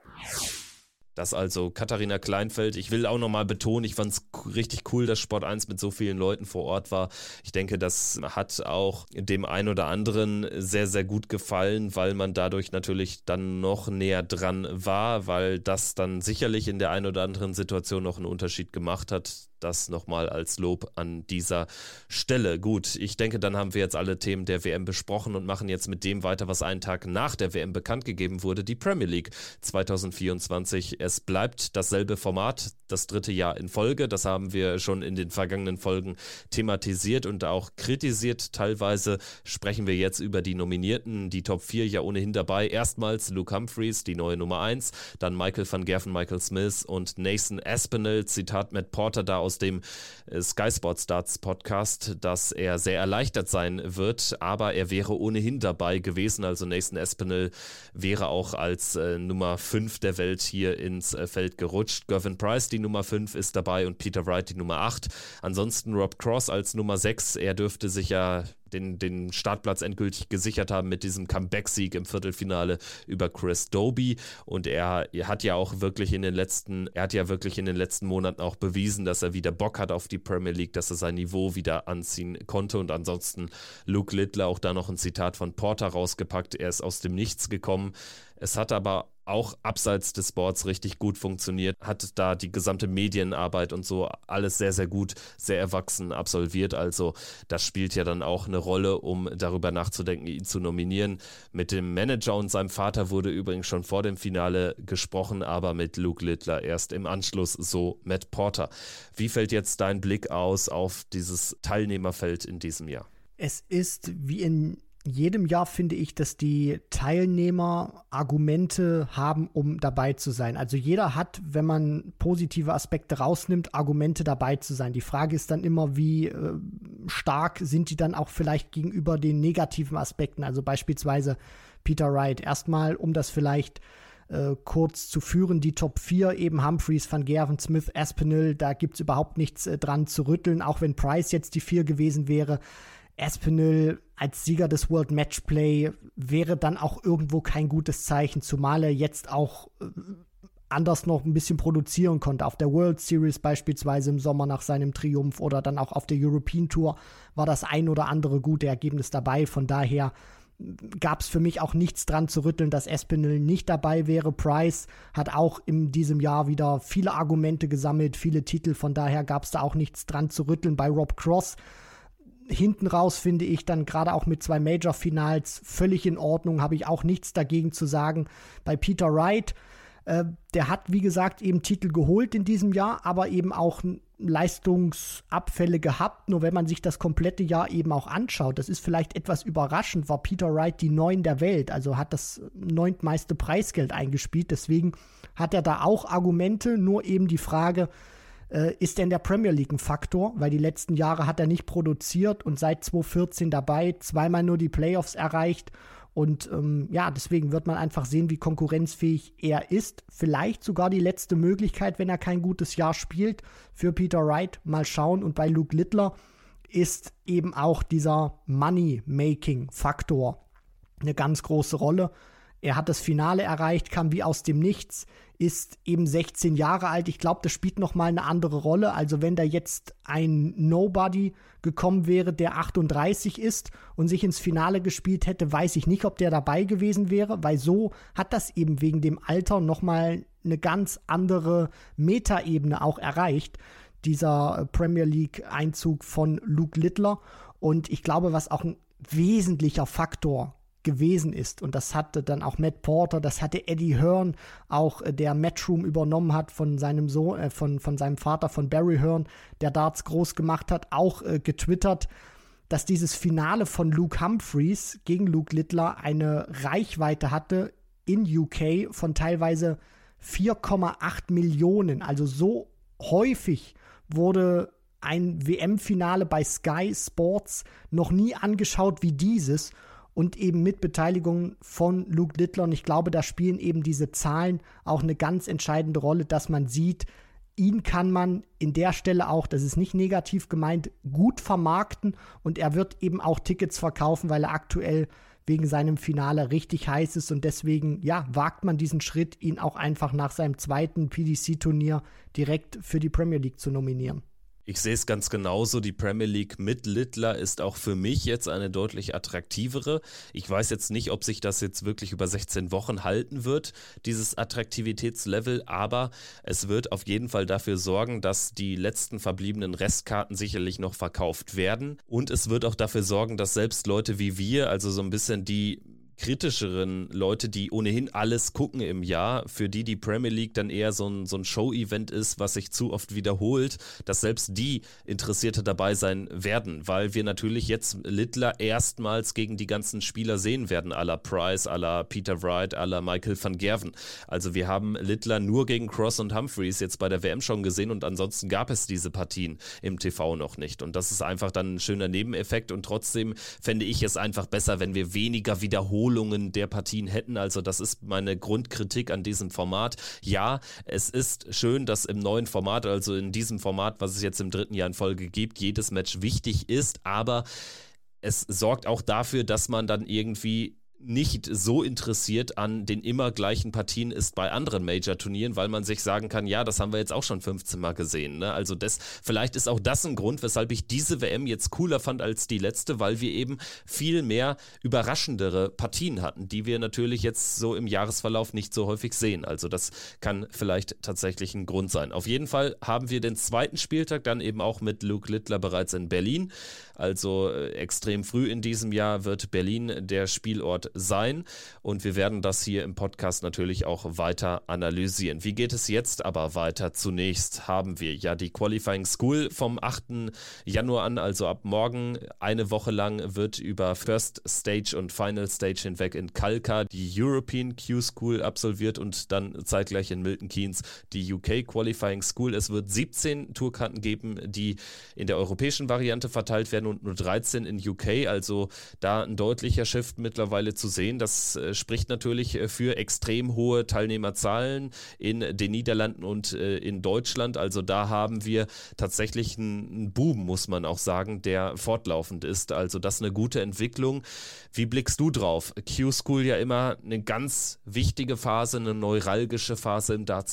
Das also Katharina Kleinfeld. Ich will auch nochmal betonen, ich fand es richtig cool, dass Sport eins mit so vielen Leuten vor Ort war. Ich denke, das hat auch dem einen oder anderen sehr, sehr gut gefallen, weil man dadurch natürlich dann noch näher dran war, weil das dann sicherlich in der einen oder anderen Situation noch einen Unterschied gemacht hat. Das nochmal als Lob an dieser Stelle. Gut, ich denke, dann haben wir jetzt alle Themen der W M besprochen und machen jetzt mit dem weiter, was einen Tag nach der W M bekannt gegeben wurde, die Premier League zwanzig vierundzwanzig. Es bleibt dasselbe Format, das dritte Jahr in Folge. Das haben wir schon in den vergangenen Folgen thematisiert und auch kritisiert. Teilweise sprechen wir jetzt über die Nominierten, die Top vier ja ohnehin dabei. Erstmals Luke Humphries, die neue Nummer eins, dann Michael van Gerven, Michael Smith und Nathan Aspinall. Zitat Matt Porter da aus dem Sky Sports Darts Podcast, dass er sehr erleichtert sein wird, aber er wäre ohnehin dabei gewesen. Also Nathan Aspinall wäre auch als äh, Nummer fünf der Welt hier ins äh, Feld gerutscht. Gervin Price, die Nummer fünf, ist dabei und Peter Wright, die Nummer acht. Ansonsten Rob Cross als Nummer sechs. Er dürfte sich ja Den, den Startplatz endgültig gesichert haben mit diesem Comeback-Sieg im Viertelfinale über Chris Dobie. Und er, er hat ja auch wirklich in den letzten, er hat ja wirklich in den letzten Monaten auch bewiesen, dass er wieder Bock hat auf die Premier League, dass er sein Niveau wieder anziehen konnte. Und ansonsten Luke Littler, auch da noch ein Zitat von Porter rausgepackt. Er ist aus dem Nichts gekommen. Es hat aber auch abseits des Boards richtig gut funktioniert, hat da die gesamte Medienarbeit und so alles sehr, sehr gut, sehr erwachsen absolviert. Also das spielt ja dann auch eine Rolle, um darüber nachzudenken, ihn zu nominieren. Mit dem Manager und seinem Vater wurde übrigens schon vor dem Finale gesprochen, aber mit Luke Littler erst im Anschluss, so Matt Porter. Wie fällt jetzt dein Blick aus auf dieses Teilnehmerfeld in diesem Jahr? Es ist wie in jedem Jahr, finde ich, dass die Teilnehmer Argumente haben, um dabei zu sein. Also jeder hat, wenn man positive Aspekte rausnimmt, Argumente dabei zu sein. Die Frage ist dann immer, wie äh, stark sind die dann auch vielleicht gegenüber den negativen Aspekten. Also beispielsweise Peter Wright. Erstmal, um das vielleicht äh, kurz zu führen, die Top vier, eben Humphries, Van Gerven, Smith, Aspinall, da gibt es überhaupt nichts äh, dran zu rütteln, auch wenn Price jetzt die vier gewesen wäre. Aspinall als Sieger des World Matchplay wäre dann auch irgendwo kein gutes Zeichen, zumal er jetzt auch äh, anders noch ein bisschen produzieren konnte. Auf der World Series beispielsweise im Sommer nach seinem Triumph oder dann auch auf der European Tour war das ein oder andere gute Ergebnis dabei. Von daher gab es für mich auch nichts dran zu rütteln, dass Espinel nicht dabei wäre. Price hat auch in diesem Jahr wieder viele Argumente gesammelt, viele Titel, von daher gab es da auch nichts dran zu rütteln. Bei Rob Cross hinten raus finde ich dann gerade auch mit zwei Major-Finals völlig in Ordnung, habe ich auch nichts dagegen zu sagen. Bei Peter Wright, äh, der hat wie gesagt eben Titel geholt in diesem Jahr, aber eben auch Leistungsabfälle gehabt. Nur wenn man sich das komplette Jahr eben auch anschaut, das ist vielleicht etwas überraschend, war Peter Wright die Neun der Welt, also hat das neuntmeiste Preisgeld eingespielt, deswegen hat er da auch Argumente, nur eben die Frage, äh, ist denn der Premier League ein Faktor, weil die letzten Jahre hat er nicht produziert und seit zwanzig vierzehn dabei, zweimal nur die Playoffs erreicht. Und ähm, ja, deswegen wird man einfach sehen, wie konkurrenzfähig er ist. Vielleicht sogar die letzte Möglichkeit, wenn er kein gutes Jahr spielt, für Peter Wright. Mal schauen. Und bei Luke Littler ist eben auch dieser Money-Making-Faktor eine ganz große Rolle. Er hat das Finale erreicht, kam wie aus dem Nichts, ist eben sechzehn Jahre alt. Ich glaube, das spielt nochmal eine andere Rolle. Also wenn da jetzt ein Nobody gekommen wäre, der achtunddreißig ist und sich ins Finale gespielt hätte, weiß ich nicht, ob der dabei gewesen wäre, weil so hat das eben wegen dem Alter nochmal eine ganz andere Metaebene auch erreicht, dieser Premier League-Einzug von Luke Littler. Und ich glaube, was auch ein wesentlicher Faktor gewesen ist. Und das hatte dann auch Matt Porter, das hatte Eddie Hearn, auch äh, der Matchroom übernommen hat von seinem Sohn, äh, von, von seinem Vater, von Barry Hearn, der Darts groß gemacht hat, auch äh, getwittert, dass dieses Finale von Luke Humphreys gegen Luke Littler eine Reichweite hatte in U K von teilweise vier Komma acht Millionen. Also so häufig wurde ein W M-Finale bei Sky Sports noch nie angeschaut wie dieses. Und eben mit Beteiligung von Luke Littler. Und ich glaube, da spielen eben diese Zahlen auch eine ganz entscheidende Rolle, dass man sieht, ihn kann man in der Stelle auch, das ist nicht negativ gemeint, gut vermarkten. Und er wird eben auch Tickets verkaufen, weil er aktuell wegen seinem Finale richtig heiß ist. Und deswegen, ja, wagt man diesen Schritt, ihn auch einfach nach seinem zweiten P D C-Turnier direkt für die Premier League zu nominieren. Ich sehe es ganz genauso, die Premier League mit Littler ist auch für mich jetzt eine deutlich attraktivere. Ich weiß jetzt nicht, ob sich das jetzt wirklich über sechzehn Wochen halten wird, dieses Attraktivitätslevel, aber es wird auf jeden Fall dafür sorgen, dass die letzten verbliebenen Restkarten sicherlich noch verkauft werden und es wird auch dafür sorgen, dass selbst Leute wie wir, also so ein bisschen die kritischeren Leute, die ohnehin alles gucken im Jahr, für die die Premier League dann eher so ein, so ein Show-Event ist, was sich zu oft wiederholt, dass selbst die Interessierte dabei sein werden, weil wir natürlich jetzt Littler erstmals gegen die ganzen Spieler sehen werden, à la Price, à la Peter Wright, à la Michael van Gerwen. Also wir haben Littler nur gegen Cross und Humphreys jetzt bei der W M schon gesehen und ansonsten gab es diese Partien im T V noch nicht und das ist einfach dann ein schöner Nebeneffekt und trotzdem fände ich es einfach besser, wenn wir weniger wiederholen der Partien hätten, also das ist meine Grundkritik an diesem Format. Ja, es ist schön, dass im neuen Format, also in diesem Format, was es jetzt im dritten Jahr in Folge gibt, jedes Match wichtig ist, aber es sorgt auch dafür, dass man dann irgendwie nicht so interessiert an den immer gleichen Partien ist bei anderen Major-Turnieren, weil man sich sagen kann, ja, das haben wir jetzt auch schon fünfzehn Mal gesehen. Ne? Also das, vielleicht ist auch das ein Grund, weshalb ich diese W M jetzt cooler fand als die letzte, weil wir eben viel mehr überraschendere Partien hatten, die wir natürlich jetzt so im Jahresverlauf nicht so häufig sehen. Also das kann vielleicht tatsächlich ein Grund sein. Auf jeden Fall haben wir den zweiten Spieltag dann eben auch mit Luke Littler bereits in Berlin. Also äh, extrem früh in diesem Jahr wird Berlin der Spielort sein und wir werden das hier im Podcast natürlich auch weiter analysieren. Wie geht es jetzt aber weiter? Zunächst haben wir ja die Qualifying School vom achten Januar an, also ab morgen eine Woche lang wird über First Stage und Final Stage hinweg in Kalka die European Q-School absolviert und dann zeitgleich in Milton Keynes die U K Qualifying School. Es wird siebzehn Tourkarten geben, die in der europäischen Variante verteilt werden und nur dreizehn in U K, also da ein deutlicher Shift mittlerweile zu sehen. Das äh, spricht natürlich äh, für extrem hohe Teilnehmerzahlen in den Niederlanden und äh, in Deutschland, also da haben wir tatsächlich einen Boom, muss man auch sagen, der fortlaufend ist, also das ist eine gute Entwicklung. Wie blickst du drauf? Q-School ja immer eine ganz wichtige Phase, eine neuralgische Phase im Darts-Jahr.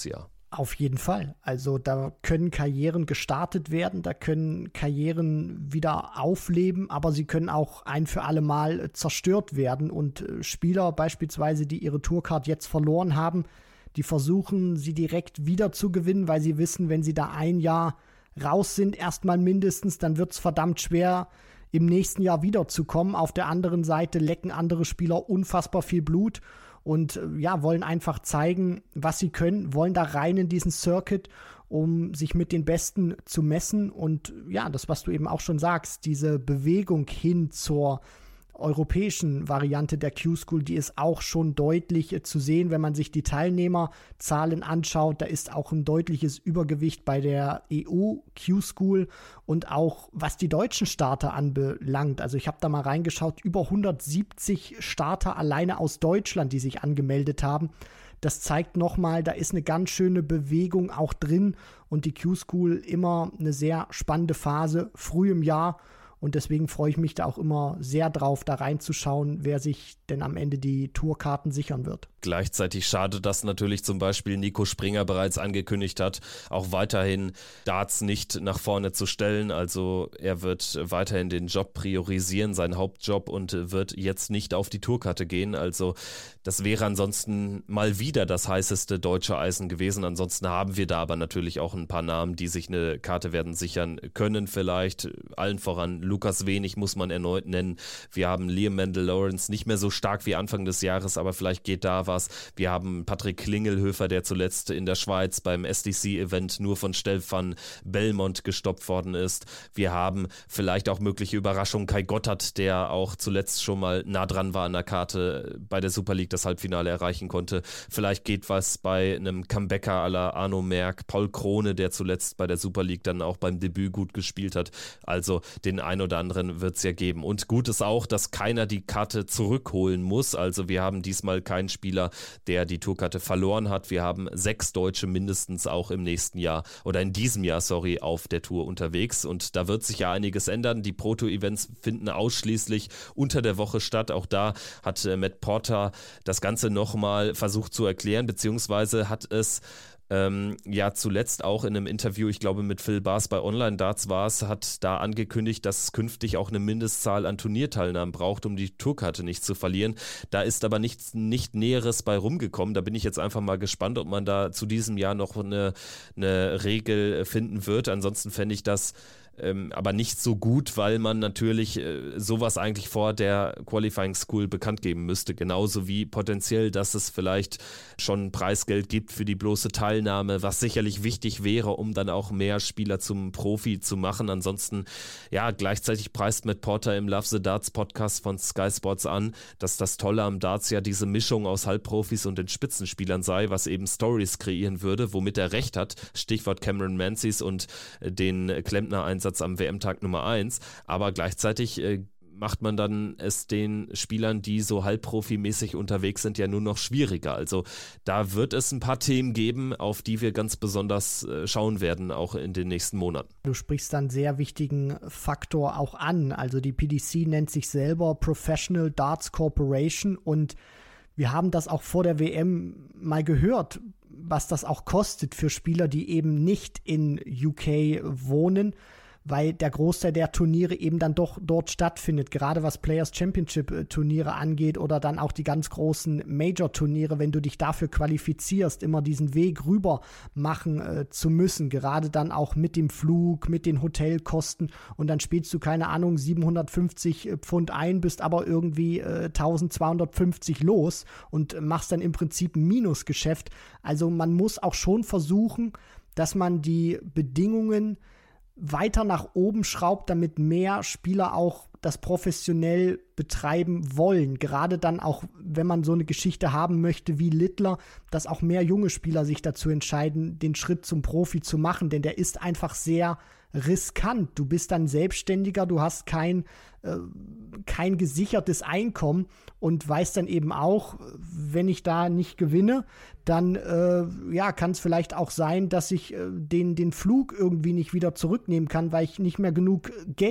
Auf jeden Fall. Also da können Karrieren gestartet werden, da können Karrieren wieder aufleben, aber sie können auch ein für alle Mal zerstört werden. Und Spieler beispielsweise, die ihre Tourcard jetzt verloren haben, die versuchen, sie direkt wieder zu gewinnen, weil sie wissen, wenn sie da ein Jahr raus sind, erstmal mindestens, dann wird es verdammt schwer, im nächsten Jahr wiederzukommen. Auf der anderen Seite lecken andere Spieler unfassbar viel Blut und ja, wollen einfach zeigen, was sie können, wollen da rein in diesen Circuit, um sich mit den Besten zu messen. Und ja, das, was du eben auch schon sagst, diese Bewegung hin zur europäischen Variante der Q-School, die ist auch schon deutlich äh, zu sehen, wenn man sich die Teilnehmerzahlen anschaut. Da ist auch ein deutliches Übergewicht bei der E U Q-School und auch was die deutschen Starter anbelangt. Also ich habe da mal reingeschaut, über hundertsiebzig Starter alleine aus Deutschland, die sich angemeldet haben. Das zeigt nochmal, da ist eine ganz schöne Bewegung auch drin und die Q-School immer eine sehr spannende Phase, früh im Jahr. Und deswegen freue ich mich da auch immer sehr drauf, da reinzuschauen, wer sich denn am Ende die Tourkarten sichern wird. Gleichzeitig schade, dass natürlich zum Beispiel Nico Springer bereits angekündigt hat, auch weiterhin Darts nicht nach vorne zu stellen. Also er wird weiterhin den Job priorisieren, seinen Hauptjob, und wird jetzt nicht auf die Tourkarte gehen. Also das wäre ansonsten mal wieder das heißeste deutsche Eisen gewesen. Ansonsten haben wir da aber natürlich auch ein paar Namen, die sich eine Karte werden sichern können vielleicht. Allen voran Lukas Wenig muss man erneut nennen. Wir haben Liam Mendel-Lawrence, nicht mehr so stark wie Anfang des Jahres, aber vielleicht geht da was. Wir haben Patrick Klingelhöfer, der zuletzt in der Schweiz beim S D C-Event nur von Stefan Belmont gestoppt worden ist. Wir haben vielleicht auch mögliche Überraschungen. Kai Gotthardt, der auch zuletzt schon mal nah dran war an der Karte, bei der Super League das Halbfinale erreichen konnte. Vielleicht geht was bei einem Comebacker à la Arno Merck. Paul Krone, der zuletzt bei der Super League dann auch beim Debüt gut gespielt hat. Also den ein oder anderen wird es ja geben. Und gut ist auch, dass keiner die Karte zurückholen muss. Also wir haben diesmal keinen Spieler, der die Tourkarte verloren hat. Wir haben sechs Deutsche mindestens auch im nächsten Jahr oder in diesem Jahr, sorry, auf der Tour unterwegs. Und da wird sich ja einiges ändern. Die Proto-Events finden ausschließlich unter der Woche statt. Auch da hat äh, Matt Porter das Ganze nochmal versucht zu erklären, beziehungsweise hat es Ähm, ja zuletzt auch in einem Interview, ich glaube mit Phil Bars bei Online Darts war es, hat da angekündigt, dass es künftig auch eine Mindestzahl an Turnierteilnahmen braucht, um die Tourkarte nicht zu verlieren. Da ist aber nichts nicht Näheres bei rumgekommen. Da bin ich jetzt einfach mal gespannt, ob man da zu diesem Jahr noch eine, eine Regel finden wird. Ansonsten fände ich das Ähm, aber nicht so gut, weil man natürlich äh, sowas eigentlich vor der Qualifying School bekannt geben müsste. Genauso wie potenziell, dass es vielleicht schon Preisgeld gibt für die bloße Teilnahme, was sicherlich wichtig wäre, um dann auch mehr Spieler zum Profi zu machen. Ansonsten, ja, gleichzeitig preist Matt Porter im Love the Darts Podcast von Sky Sports an, dass das Tolle am Darts ja diese Mischung aus Halbprofis und den Spitzenspielern sei, was eben Stories kreieren würde, womit er recht hat. Stichwort Cameron Menzies und äh, den Klempner-Einsatz am W M-Tag Nummer eins, aber gleichzeitig äh, macht man dann es den Spielern, die so halbprofimäßig unterwegs sind, ja nur noch schwieriger. Also da wird es ein paar Themen geben, auf die wir ganz besonders äh, schauen werden, auch in den nächsten Monaten. Du sprichst da einen sehr wichtigen Faktor auch an. Also die P D C nennt sich selber Professional Darts Corporation und wir haben das auch vor der W M mal gehört, was das auch kostet für Spieler, die eben nicht in U K wohnen, weil der Großteil der Turniere eben dann doch dort stattfindet, gerade was Players Championship Turniere angeht oder dann auch die ganz großen Major-Turniere, wenn du dich dafür qualifizierst, immer diesen Weg rüber machen äh, zu müssen, gerade dann auch mit dem Flug, mit den Hotelkosten und dann spielst du, keine Ahnung, siebenhundertfünfzig Pfund ein, bist aber irgendwie äh, eintausendzweihundertfünfzig los und machst dann im Prinzip ein Minusgeschäft. Also man muss auch schon versuchen, dass man die Bedingungen weiter nach oben schraubt, damit mehr Spieler auch das professionell betreiben wollen. Gerade dann auch, wenn man so eine Geschichte haben möchte wie Littler, dass auch mehr junge Spieler sich dazu entscheiden, den Schritt zum Profi zu machen, denn der ist einfach sehr riskant. Du bist dann Selbstständiger, du hast kein, äh, kein gesichertes Einkommen und weißt dann eben auch, wenn ich da nicht gewinne, dann äh, ja, kann es vielleicht auch sein, dass ich äh, den, den Flug irgendwie nicht wieder zurücknehmen kann, weil ich nicht mehr genug Geld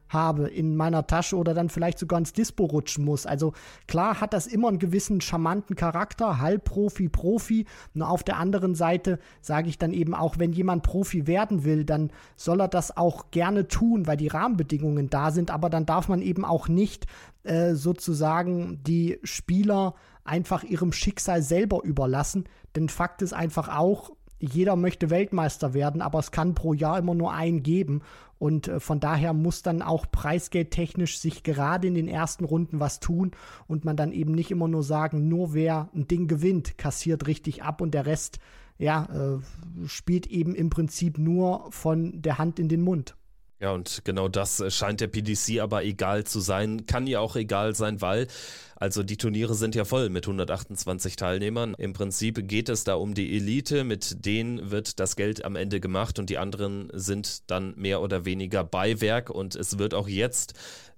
habe in meiner Tasche oder dann vielleicht sogar ins Dispo rutschen muss. Also klar hat das immer einen gewissen charmanten Charakter, Halbprofi, Profi. Nur auf der anderen Seite sage ich dann eben auch, wenn jemand Profi werden will, dann soll er das auch gerne tun, weil die Rahmenbedingungen da sind. Aber dann darf man eben auch nicht äh, sozusagen die Spieler einfach ihrem Schicksal selber überlassen. Denn Fakt ist einfach auch, jeder möchte Weltmeister werden, aber es kann pro Jahr immer nur einen geben. Und äh, von daher muss dann auch preisgeldtechnisch sich gerade in den ersten Runden was tun und man dann eben nicht immer nur sagen, nur wer ein Ding gewinnt, kassiert richtig ab und der Rest, ja, äh, spielt eben im Prinzip nur von der Hand in den Mund. Ja, und genau das scheint der P D C aber egal zu sein. Kann ja auch egal sein, weil, also die Turniere sind ja voll mit hundertachtundzwanzig Teilnehmern. Im Prinzip geht es da um die Elite, mit denen wird das Geld am Ende gemacht und die anderen sind dann mehr oder weniger Beiwerk. Und es wird auch jetzt,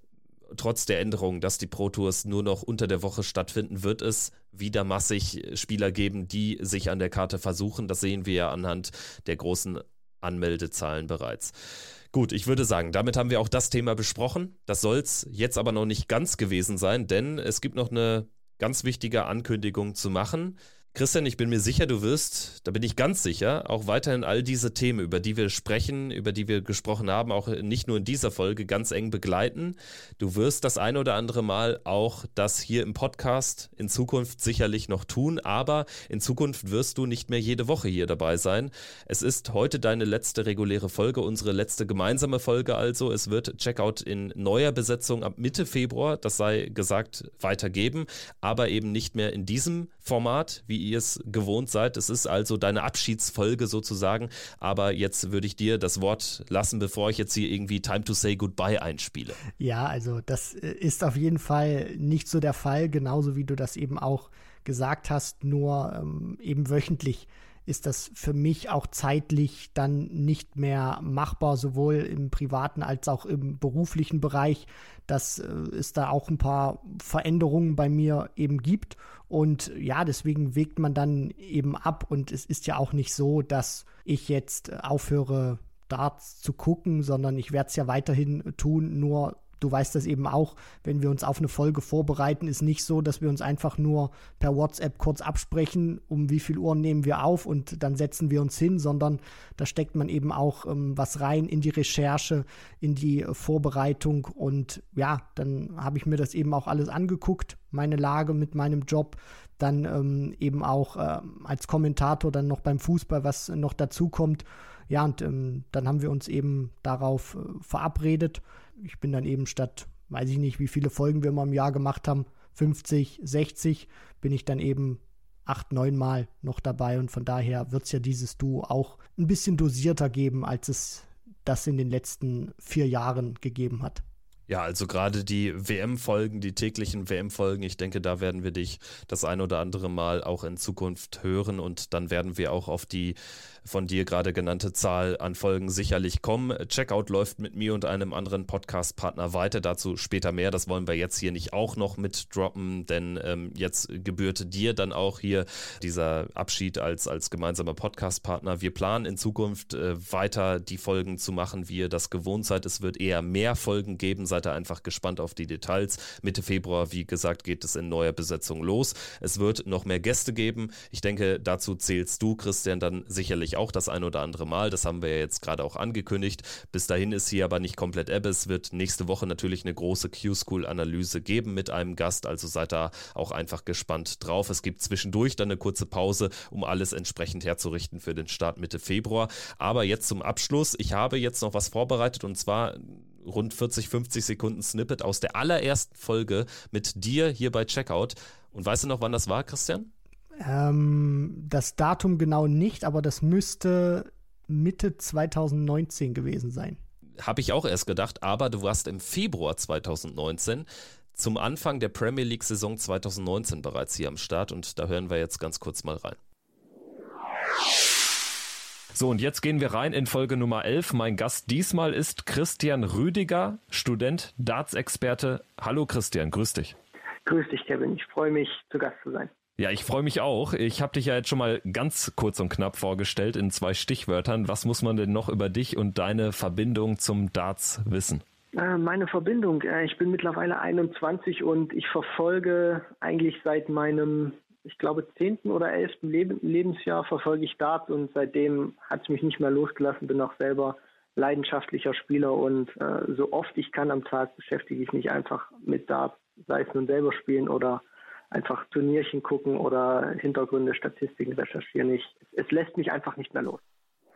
trotz der Änderung, dass die Pro Tours nur noch unter der Woche stattfinden, wird es wieder massig Spieler geben, die sich an der Karte versuchen. Das sehen wir ja anhand der großen Anmeldezahlen bereits. Gut, ich würde sagen, damit haben wir auch das Thema besprochen. Das soll es jetzt aber noch nicht ganz gewesen sein, denn es gibt noch eine ganz wichtige Ankündigung zu machen. Christian, ich bin mir sicher, du wirst, da bin ich ganz sicher, auch weiterhin all diese Themen, über die wir sprechen, über die wir gesprochen haben, auch nicht nur in dieser Folge, ganz eng begleiten. Du wirst das ein oder andere Mal auch das hier im Podcast in Zukunft sicherlich noch tun, aber in Zukunft wirst du nicht mehr jede Woche hier dabei sein. Es ist heute deine letzte reguläre Folge, unsere letzte gemeinsame Folge also. Es wird Checkout in neuer Besetzung ab Mitte Februar, das sei gesagt, weitergeben, aber eben nicht mehr in diesem Format, wie ihr es gewohnt seid. Es ist also deine Abschiedsfolge sozusagen, aber jetzt würde ich dir das Wort lassen, bevor ich jetzt hier irgendwie Time to Say Goodbye einspiele. Ja, also das ist auf jeden Fall nicht so der Fall, genauso wie du das eben auch gesagt hast, nur ähm, eben wöchentlich ist das für mich auch zeitlich dann nicht mehr machbar, sowohl im privaten als auch im beruflichen Bereich, dass äh, es da auch ein paar Veränderungen bei mir eben gibt. Und ja, deswegen wägt man dann eben ab. Und es ist ja auch nicht so, dass ich jetzt aufhöre, Darts zu gucken, sondern ich werde es ja weiterhin tun, nur du weißt das eben auch, wenn wir uns auf eine Folge vorbereiten, ist nicht so, dass wir uns einfach nur per WhatsApp kurz absprechen, um wie viel Uhr nehmen wir auf und dann setzen wir uns hin, sondern da steckt man eben auch ähm, was rein in die Recherche, in die äh, Vorbereitung und ja, dann habe ich mir das eben auch alles angeguckt, meine Lage mit meinem Job, dann ähm, eben auch äh, als Kommentator dann noch beim Fußball, was noch dazu kommt. Ja, und ähm, dann haben wir uns eben darauf äh, verabredet. Ich bin dann eben statt, weiß ich nicht, wie viele Folgen wir mal im Jahr gemacht haben, fünfzig, sechzig, bin ich dann eben acht, neun Mal noch dabei. Und von daher wird es ja dieses Duo auch ein bisschen dosierter geben, als es das in den letzten vier Jahren gegeben hat. Ja, also gerade die W M-Folgen, die täglichen W M-Folgen, ich denke, da werden wir dich das ein oder andere Mal auch in Zukunft hören und dann werden wir auch auf die von dir gerade genannte Zahl an Folgen sicherlich kommen. Checkout läuft mit mir und einem anderen Podcast-Partner weiter, dazu später mehr, das wollen wir jetzt hier nicht auch noch mit droppen, denn ähm, jetzt gebührt dir dann auch hier dieser Abschied als, als gemeinsamer Podcast-Partner. Wir planen in Zukunft äh, weiter die Folgen zu machen, wie ihr das gewohnt seid. Es wird eher mehr Folgen geben, seid ihr einfach gespannt auf die Details. Mitte Februar, wie gesagt, geht es in neuer Besetzung los. Es wird noch mehr Gäste geben. Ich denke, dazu zählst du, Christian, dann sicherlich auch das ein oder andere Mal. Das haben wir ja jetzt gerade auch angekündigt. Bis dahin ist hier aber nicht komplett Ebbe. Es wird nächste Woche natürlich eine große Q-School-Analyse geben mit einem Gast, also seid da auch einfach gespannt drauf. Es gibt zwischendurch dann eine kurze Pause, um alles entsprechend herzurichten für den Start Mitte Februar. Aber jetzt zum Abschluss. Ich habe jetzt noch was vorbereitet und zwar rund vierzig, fünfzig Sekunden Snippet aus der allerersten Folge mit dir hier bei Checkout. Und weißt du noch, wann das war, Christian? Ähm, das Datum genau nicht, aber das müsste Mitte zwanzig neunzehn gewesen sein. Habe ich auch erst gedacht, aber du warst im Februar zwanzig neunzehn zum Anfang der Premier League-Saison zwanzig neunzehn bereits hier am Start und da hören wir jetzt ganz kurz mal rein. So, und jetzt gehen wir rein in Folge Nummer elf. Mein Gast diesmal ist Christian Rüdiger, Student, Darts-Experte. Hallo Christian, grüß dich. Grüß dich, Kevin. Ich freue mich, zu Gast zu sein. Ja, ich freue mich auch. Ich habe dich ja jetzt schon mal ganz kurz und knapp vorgestellt in zwei Stichwörtern. Was muss man denn noch über dich und deine Verbindung zum Darts wissen? Meine Verbindung, ich bin mittlerweile einundzwanzig und ich verfolge eigentlich seit meinem, ich glaube, zehnten oder elften Lebensjahr verfolge ich Darts und seitdem hat es mich nicht mehr losgelassen, bin auch selber leidenschaftlicher Spieler und äh, so oft ich kann am Tag beschäftige ich mich einfach mit Darts, sei es nun selber spielen oder einfach Turnierchen gucken oder Hintergründe, Statistiken recherchieren. Ich, es lässt mich einfach nicht mehr los.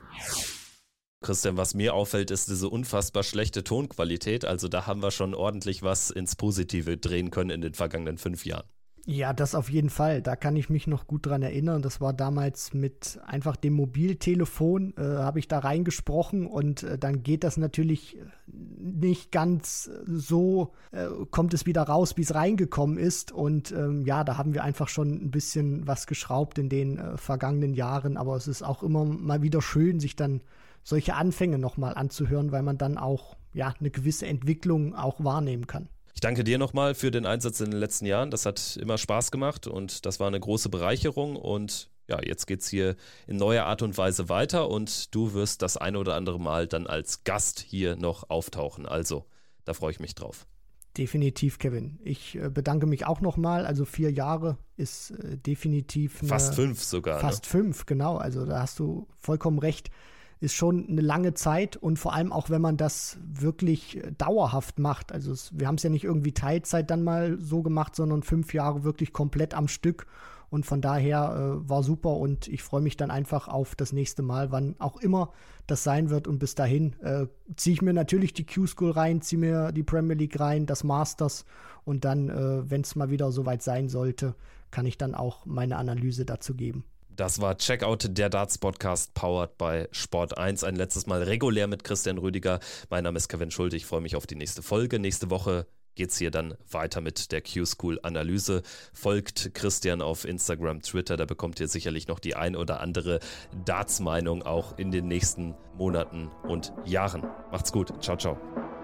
Christian, was mir auffällt, ist diese unfassbar schlechte Tonqualität. Also da haben wir schon ordentlich was ins Positive drehen können in den vergangenen fünf Jahren. Ja, das auf jeden Fall. Da kann ich mich noch gut dran erinnern. Das war damals mit einfach dem Mobiltelefon, äh, habe ich da reingesprochen und äh, dann geht das natürlich nicht ganz so, äh, kommt es wieder raus, wie es reingekommen ist. Und ähm, ja, da haben wir einfach schon ein bisschen was geschraubt in den äh, vergangenen Jahren. Aber es ist auch immer mal wieder schön, sich dann solche Anfänge nochmal anzuhören, weil man dann auch ja eine gewisse Entwicklung auch wahrnehmen kann. Ich danke dir nochmal für den Einsatz in den letzten Jahren. Das hat immer Spaß gemacht und das war eine große Bereicherung. Und ja, jetzt geht's hier in neuer Art und Weise weiter und du wirst das ein oder andere Mal dann als Gast hier noch auftauchen. Also, da freue ich mich drauf. Definitiv, Kevin. Ich äh, bedanke mich auch nochmal. Also vier Jahre ist äh, definitiv eine, fast fünf sogar. Fast ne? fünf, genau. Also da hast du vollkommen recht. Ist schon eine lange Zeit und vor allem auch, wenn man das wirklich dauerhaft macht. Also es, wir haben es ja nicht irgendwie Teilzeit dann mal so gemacht, sondern fünf Jahre wirklich komplett am Stück. Und von daher äh, war super und ich freue mich dann einfach auf das nächste Mal, wann auch immer das sein wird. Und bis dahin äh, ziehe ich mir natürlich die Q-School rein, ziehe mir die Premier League rein, das Masters und dann, äh, wenn es mal wieder soweit sein sollte, kann ich dann auch meine Analyse dazu geben. Das war Checkout, der Darts-Podcast, powered by Sport eins. Ein letztes Mal regulär mit Christian Rüdiger. Mein Name ist Kevin Schulte. Ich freue mich auf die nächste Folge. Nächste Woche geht's hier dann weiter mit der Q-School-Analyse. Folgt Christian auf Instagram, Twitter. Da bekommt ihr sicherlich noch die ein oder andere Darts-Meinung auch in den nächsten Monaten und Jahren. Macht's gut. Ciao, ciao.